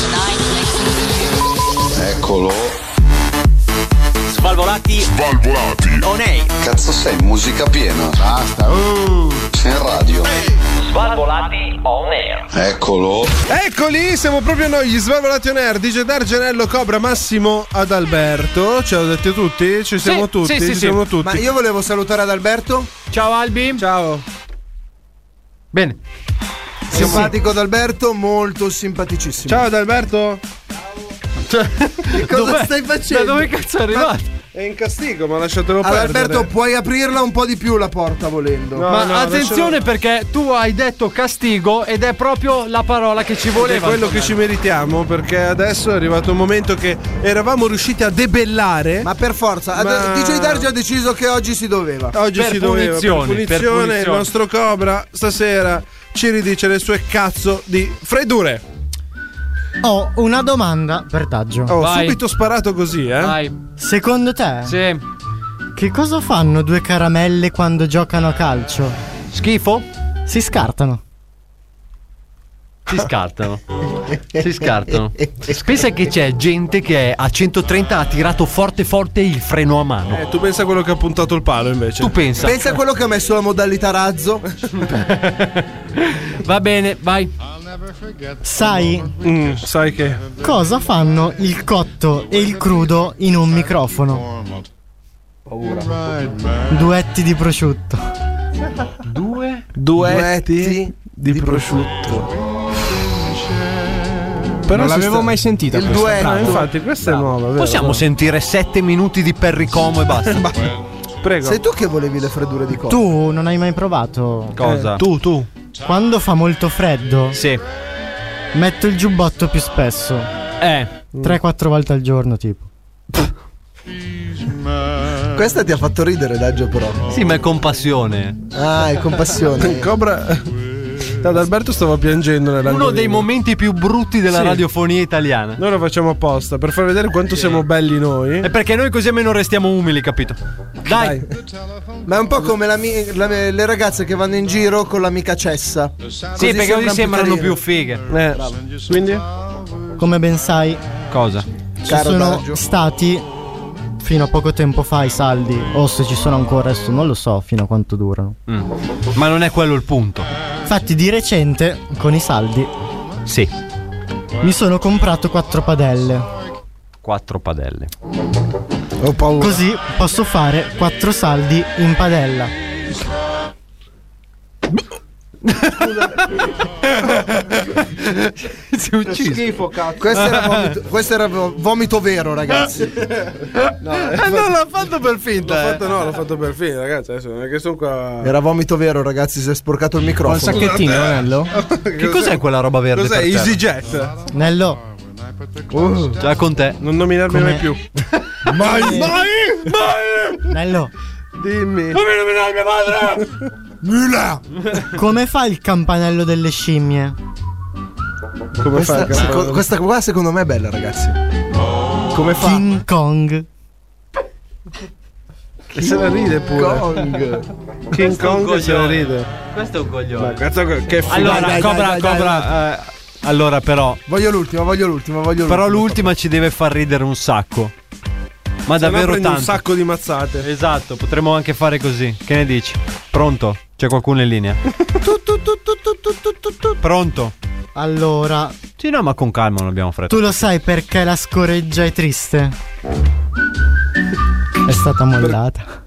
Eccolo. Svalvolati on air. Cazzo sei, musica piena. Basta. Sei in radio. Svalvolati on air. Eccolo. Eccoli, siamo proprio noi, gli Svalvolati on air, DJ Dargenello, Cobra, Massimo, Adalberto. Ce l'ho detto tutti? Ci siamo tutti? sì. Siamo tutti. Ma io volevo salutare Adalberto. Ciao Albi. Ciao. Bene. Simpatico Adalberto, molto simpaticissimo. Ciao Adalberto. Che cosa stai facendo? Da dove cazzo è arrivato? È in castigo, ma lasciatelo perdere. Adalberto, puoi aprirla un po' di più la porta volendo. No, Ma attenzione perché tu hai detto castigo ed è proprio la parola che ci voleva. È quello che ci meritiamo, perché adesso è arrivato un momento che eravamo riusciti a debellare. Ma per forza, DJ Darge ha deciso che oggi si doveva. Oggi Per si doveva. punizione, Per punizione, il nostro Cobra stasera ci ridice le sue cazzo di freddure. Ho una domanda per Daggio. Ho Vai. subito sparato così, Vai. Secondo te, Sì. che cosa fanno 2 caramelle quando giocano a calcio? Schifo? Si scartano. Si scartano. Si scartano. Pensa che c'è gente che a 130 ha tirato forte il freno a mano. Tu pensa a quello che ha puntato il palo invece. Tu pensa. Pensa a quello che ha messo la modalità razzo. Va bene, vai. Sai sai che cosa fanno il cotto e il crudo in un microfono? Duetti di prosciutto. Duetti di prosciutto. Però non l'avevo mai sentita il questa duetto. frase. Infatti questa è nuova, vero? Possiamo sentire 7 minuti di Perricomo e basta. Prego. Sei tu che volevi le freddure di cosa? Tu non hai mai provato? Cosa? Tu. Quando fa molto freddo, Sì. metto il giubbotto più spesso. 3-4 volte al giorno, tipo. Questa ti ha fatto ridere, Daggio, però. Sì, ma è compassione. Ah, è compassione. Cobra. Adalberto stava piangendo nell'angolino. Uno dei momenti più brutti della Sì. radiofonia italiana. Noi lo facciamo apposta per far vedere quanto siamo belli noi. È perché noi così almeno restiamo umili, capito? Dai. Ma è un po' come le ragazze che vanno in giro con l'amica Cessa. Sì, perché così sembrano più fighe. Quindi? Come ben sai, Cosa? ci Caro sono Daggio. stati fino a poco tempo fa i saldi, o se ci sono ancora, adesso non lo so fino a quanto durano. Ma non è quello il punto. Infatti di recente, con i saldi, sì, mi sono comprato 4 padelle. 4 padelle. Ho paura. Così posso fare 4 saldi in padella. Si è ucciso. Schifo, cazzo. Questo era vomito vero, ragazzi. Non l'ha fatto per finta. L'ho fatto per finta, ragazzi. Adesso non è che sono qua. Era vomito vero, ragazzi. Si è sporcato il microfono. Un sacchettino, Nello? Che cos'è quella roba verde? Cos'è? EasyJet. Nello. Già con te. Non nominarmi mai più. Mai. Nello. Dimmi. Non mi nominare mia madre. Mula. Come fa il campanello delle scimmie? Come fa il campanello? Questa qua secondo me è bella, ragazzi. Come fa? King Kong. E se la ride pure. King Kong se la ride. Questo è un coglione. Che allora, Cobra. Allora, però. Voglio l'ultima. Però l'ultima ci deve far ridere un sacco. Ma davvero tanto. Un sacco di mazzate. Esatto, potremmo anche fare così. Che ne dici? Pronto? C'è qualcuno in linea? Pronto? Allora. Sì, no, ma con calma, non abbiamo fretta. Tu lo sai perché la scoreggia è triste? È stata mollata.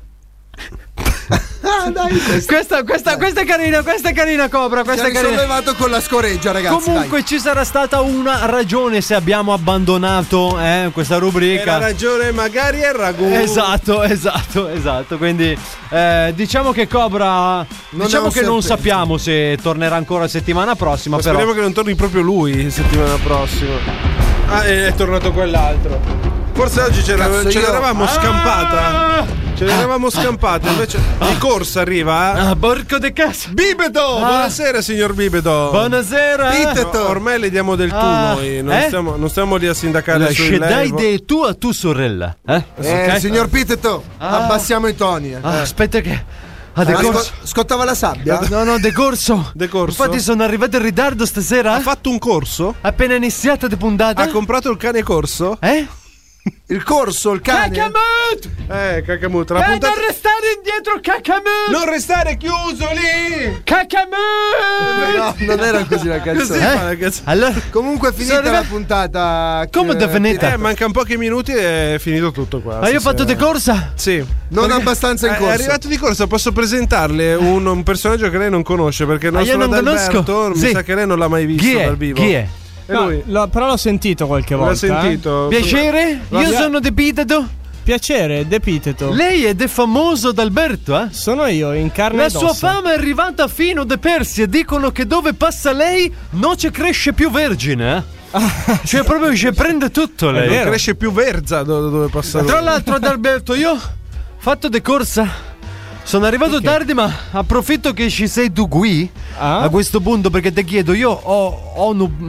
Dai, questa è carina, Cobra. Questa è carina. Sollevato con la scoreggia, ragazzi. Comunque ci sarà stata una ragione se abbiamo abbandonato questa rubrica. La ragione magari è il ragù. Esatto. Quindi diciamo che Cobra non sappiamo se tornerà ancora settimana prossima. Ma però speriamo che non torni proprio lui settimana prossima. Ah, è tornato quell'altro. Forse oggi ce l'eravamo scampata. Ce l'eravamo scampata, invece di corsa arriva. Porco de cazzo. Bibedo! Buonasera, signor Bibedo. Buonasera. No, ormai le diamo del tu noi. Non stiamo lì a sindacare sul dai de tu a tua sorella. Okay. Signor Piteto, abbassiamo i toni. Aspetta che scottava la sabbia? No, decorso. Infatti sono arrivato in ritardo stasera. Ha fatto un corso? Appena iniziata di puntata. Ha comprato il cane corso? Il corso, il cane. Cacamut! Cacamut. Non restare indietro, Cacamut! Non restare chiuso lì! Cacamut! No, non era così la canzone. Allora, comunque è finita la puntata. Come è finita? Mancano pochi minuti e è finito tutto qua. Io ho fatto di corsa? Sì. Non abbastanza in corsa. È arrivato di corsa, posso presentarle un personaggio che lei non conosce, perché il nostro Adalberto mi sa che lei non l'ha mai visto dal vivo. Chi è? Però l'ho sentito qualche volta. L'ho sentito. Piacere? Io sono De Piteto. Piacere, De Piteto. Lei è De famoso Adalberto, Sono io, in carne ed ossa. La sua fama è arrivata fino de Persia. Dicono che dove passa lei non ci cresce più vergine, Cioè proprio ci prende tutto lei. Non cresce più verza dove passa. Tra l'altro, Adalberto, io fatto de corsa. Sono arrivato tardi, ma approfitto che ci sei tu qui a questo punto, perché ti chiedo, io ho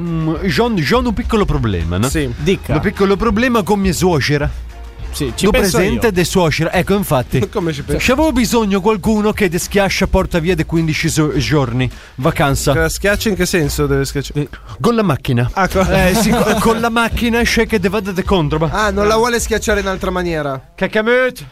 un piccolo problema, no? Sì, dica. Un piccolo problema con mia suocera. Sì, ci tu penso presente io. De suocera. Ecco, infatti. Come ci pensi? C'avevo bisogno qualcuno che ti schiaccia porta via dei 15 giorni vacanza. Che la schiaccia in che senso deve schiacciare? Con la macchina. Sì, con la macchina c'è che vada de contro. Non la vuole schiacciare in altra maniera. Cacamut.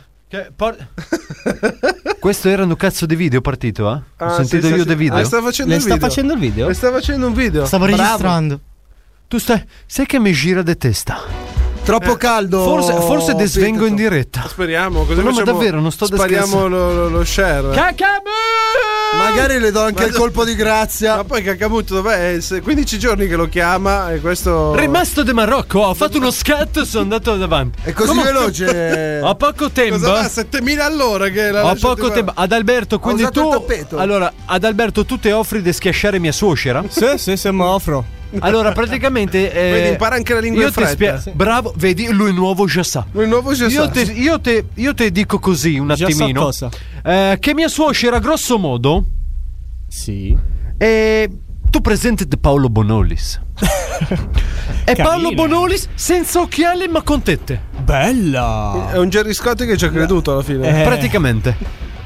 Questo era un cazzo di video partito, Ho sentito io dei video. Sta facendo facendo il video? Le sta facendo un video. Stavo registrando. Tu sai che mi gira di testa. Troppo caldo. Forse ti svengo in diretta. Speriamo. Così no, ma davvero non sto spariamo lo share. Cacamut! Magari le do anche il colpo di grazia. Ma poi Cacamut dov'è? 15 giorni che lo chiama e questo. Rimasto di Marocco. Ho fatto uno scatto e sono andato davanti. È così veloce. Ho poco tempo. Cosa va? 7000 all'ora che la. Ho poco tempo. Adalberto, quindi tu. Allora, Adalberto, tu ti offri di schiacciare mia suocera? Sì, mi offro. Allora, praticamente. Vedi, impara anche la lingua in fretta. Bravo, vedi, lui nuovo già sa. Io te dico così un attimino. Cosa? Che mia suocera, grosso modo. Sì. Tu presente di Paolo Bonolis. È Paolo Bonolis senza occhiali ma con tette. Bella. È un Gerry Scotti che ci ha creduto alla fine. Praticamente.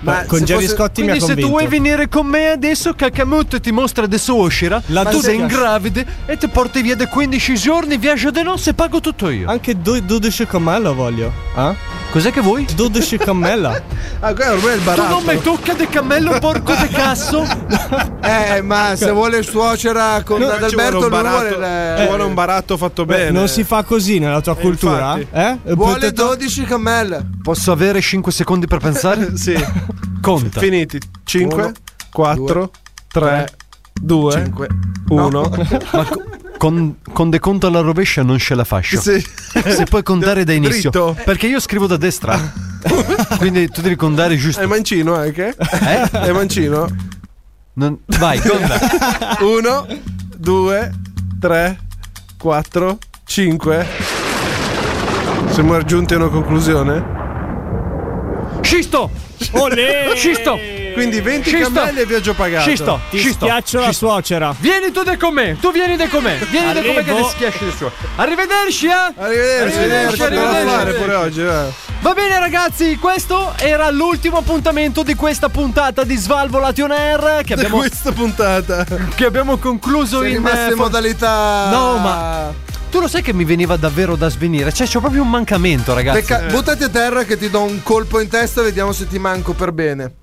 Ma con Gerry Scotti mi ha convinto. Quindi se tu vuoi venire con me adesso, Kakamut ti mostra da suocera, tu sei ingravide e ti porti via da 15 giorni, viaggio di nozze, pago tutto io. Anche 12 cammello voglio. Cos'è che vuoi? 12 cammella. Ormai è il baratto. Tu non mi tocca di cammello, porco di cazzo. Ma se vuole suocera con Adalberto, lui vuole un baratto fatto bene. Non si fa così nella tua cultura? Vuole 12 cammelle. Posso avere 5 secondi per pensare? Sì. Conta. Finiti. 5, 4, 3, 2, 1. Ma con deconto alla rovescia non ce la faccio. Sì. Se puoi contare da inizio. Dritto. Perché io scrivo da destra. Quindi tu devi contare giusto. È mancino anche? È mancino? Vai, conta. 1, 2, 3, 4, 5. Siamo raggiunti a una conclusione? Scisto! Olè! Scisto! Quindi 20 cammelle e viaggio pagato. Scisto! Ti schiaccio la suocera. Vieni tu da con me! Tu vieni da con me! Vieni da con me che ti schiacci la suocera. Arrivederci, Arrivederci pure oggi. Va bene ragazzi, questo era l'ultimo appuntamento di questa puntata di Svalvolati on Air che abbiamo concluso in modalità. No, ma tu lo sai che mi veniva davvero da svenire? Cioè c'ho proprio un mancamento, ragazzi. Buttati a terra che ti do un colpo in testa e vediamo se ti manco per bene.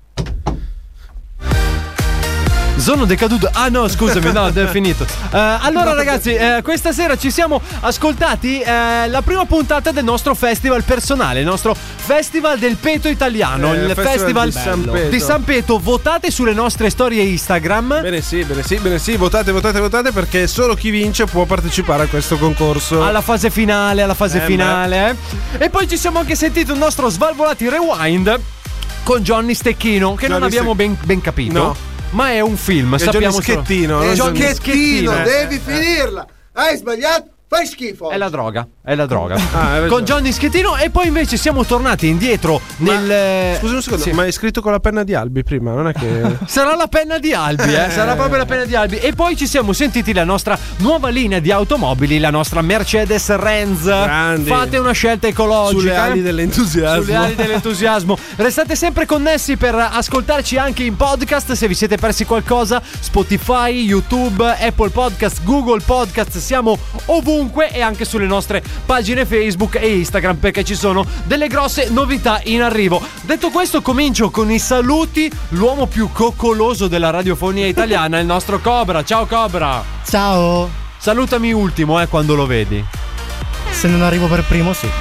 Sono decaduto. Ah no, scusami, no, è finito. Allora ragazzi, questa sera ci siamo ascoltati la prima puntata del nostro festival personale, il nostro festival del peto italiano, il festival di San Peto. Votate sulle nostre storie Instagram. Bene sì, votate perché solo chi vince può partecipare a questo concorso. Alla fase finale. E poi ci siamo anche sentiti un nostro Svalvolati Rewind con Johnny Stecchino, che non abbiamo ben capito. No. Ma è un film, sappiamo Schettino. Johnny Schettino, devi finirla. Hai sbagliato, fai schifo. È la droga. Con Johnny Schettino. E poi invece siamo tornati indietro nel. Scusa un secondo, ma hai scritto con la penna di Albi prima, non è che. Sarà la penna di Albi, sarà proprio la penna di Albi. E poi ci siamo sentiti la nostra nuova linea di automobili, la nostra Mercedes-Benz. Grandi. Fate una scelta ecologica. Sulle ali dell'entusiasmo. Restate sempre connessi per ascoltarci anche in podcast. Se vi siete persi qualcosa, Spotify, YouTube, Apple Podcast, Google Podcast, siamo ovunque e anche sulle nostre pagine Facebook e Instagram, perché ci sono delle grosse novità in arrivo. Detto questo, comincio con i saluti. L'uomo più coccoloso della radiofonia italiana, il nostro Cobra. Ciao Cobra. Ciao. Salutami ultimo, quando lo vedi. Se non arrivo per primo, sì.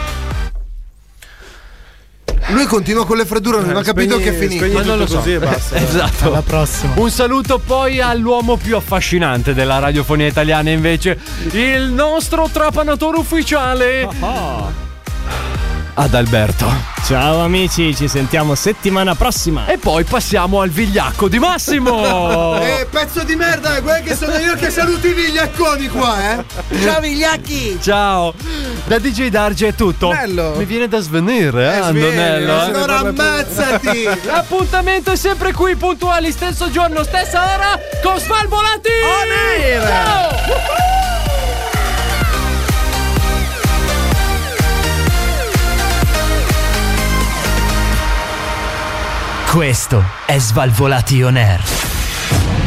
Lui continua con le freddure, non ha capito che è finito. Ma non lo so. Così e basta. Esatto. Alla prossima. Un saluto poi all'uomo più affascinante della radiofonia italiana, invece, il nostro trapanatore ufficiale. Adalberto. Ciao amici, ci sentiamo settimana prossima. E poi passiamo al vigliacco di Massimo. Pezzo di merda, guarda che sono io che saluto i vigliacconi qua, Ciao vigliacchi. Ciao. Da DJ Darge è tutto. Bello. Mi viene da svenire, Andonello. Allora ammazzati. L'appuntamento è sempre qui, puntuali, stesso giorno, stessa ora, con Svalvolati on Air. Ciao. Questo è Svalvolati on Air.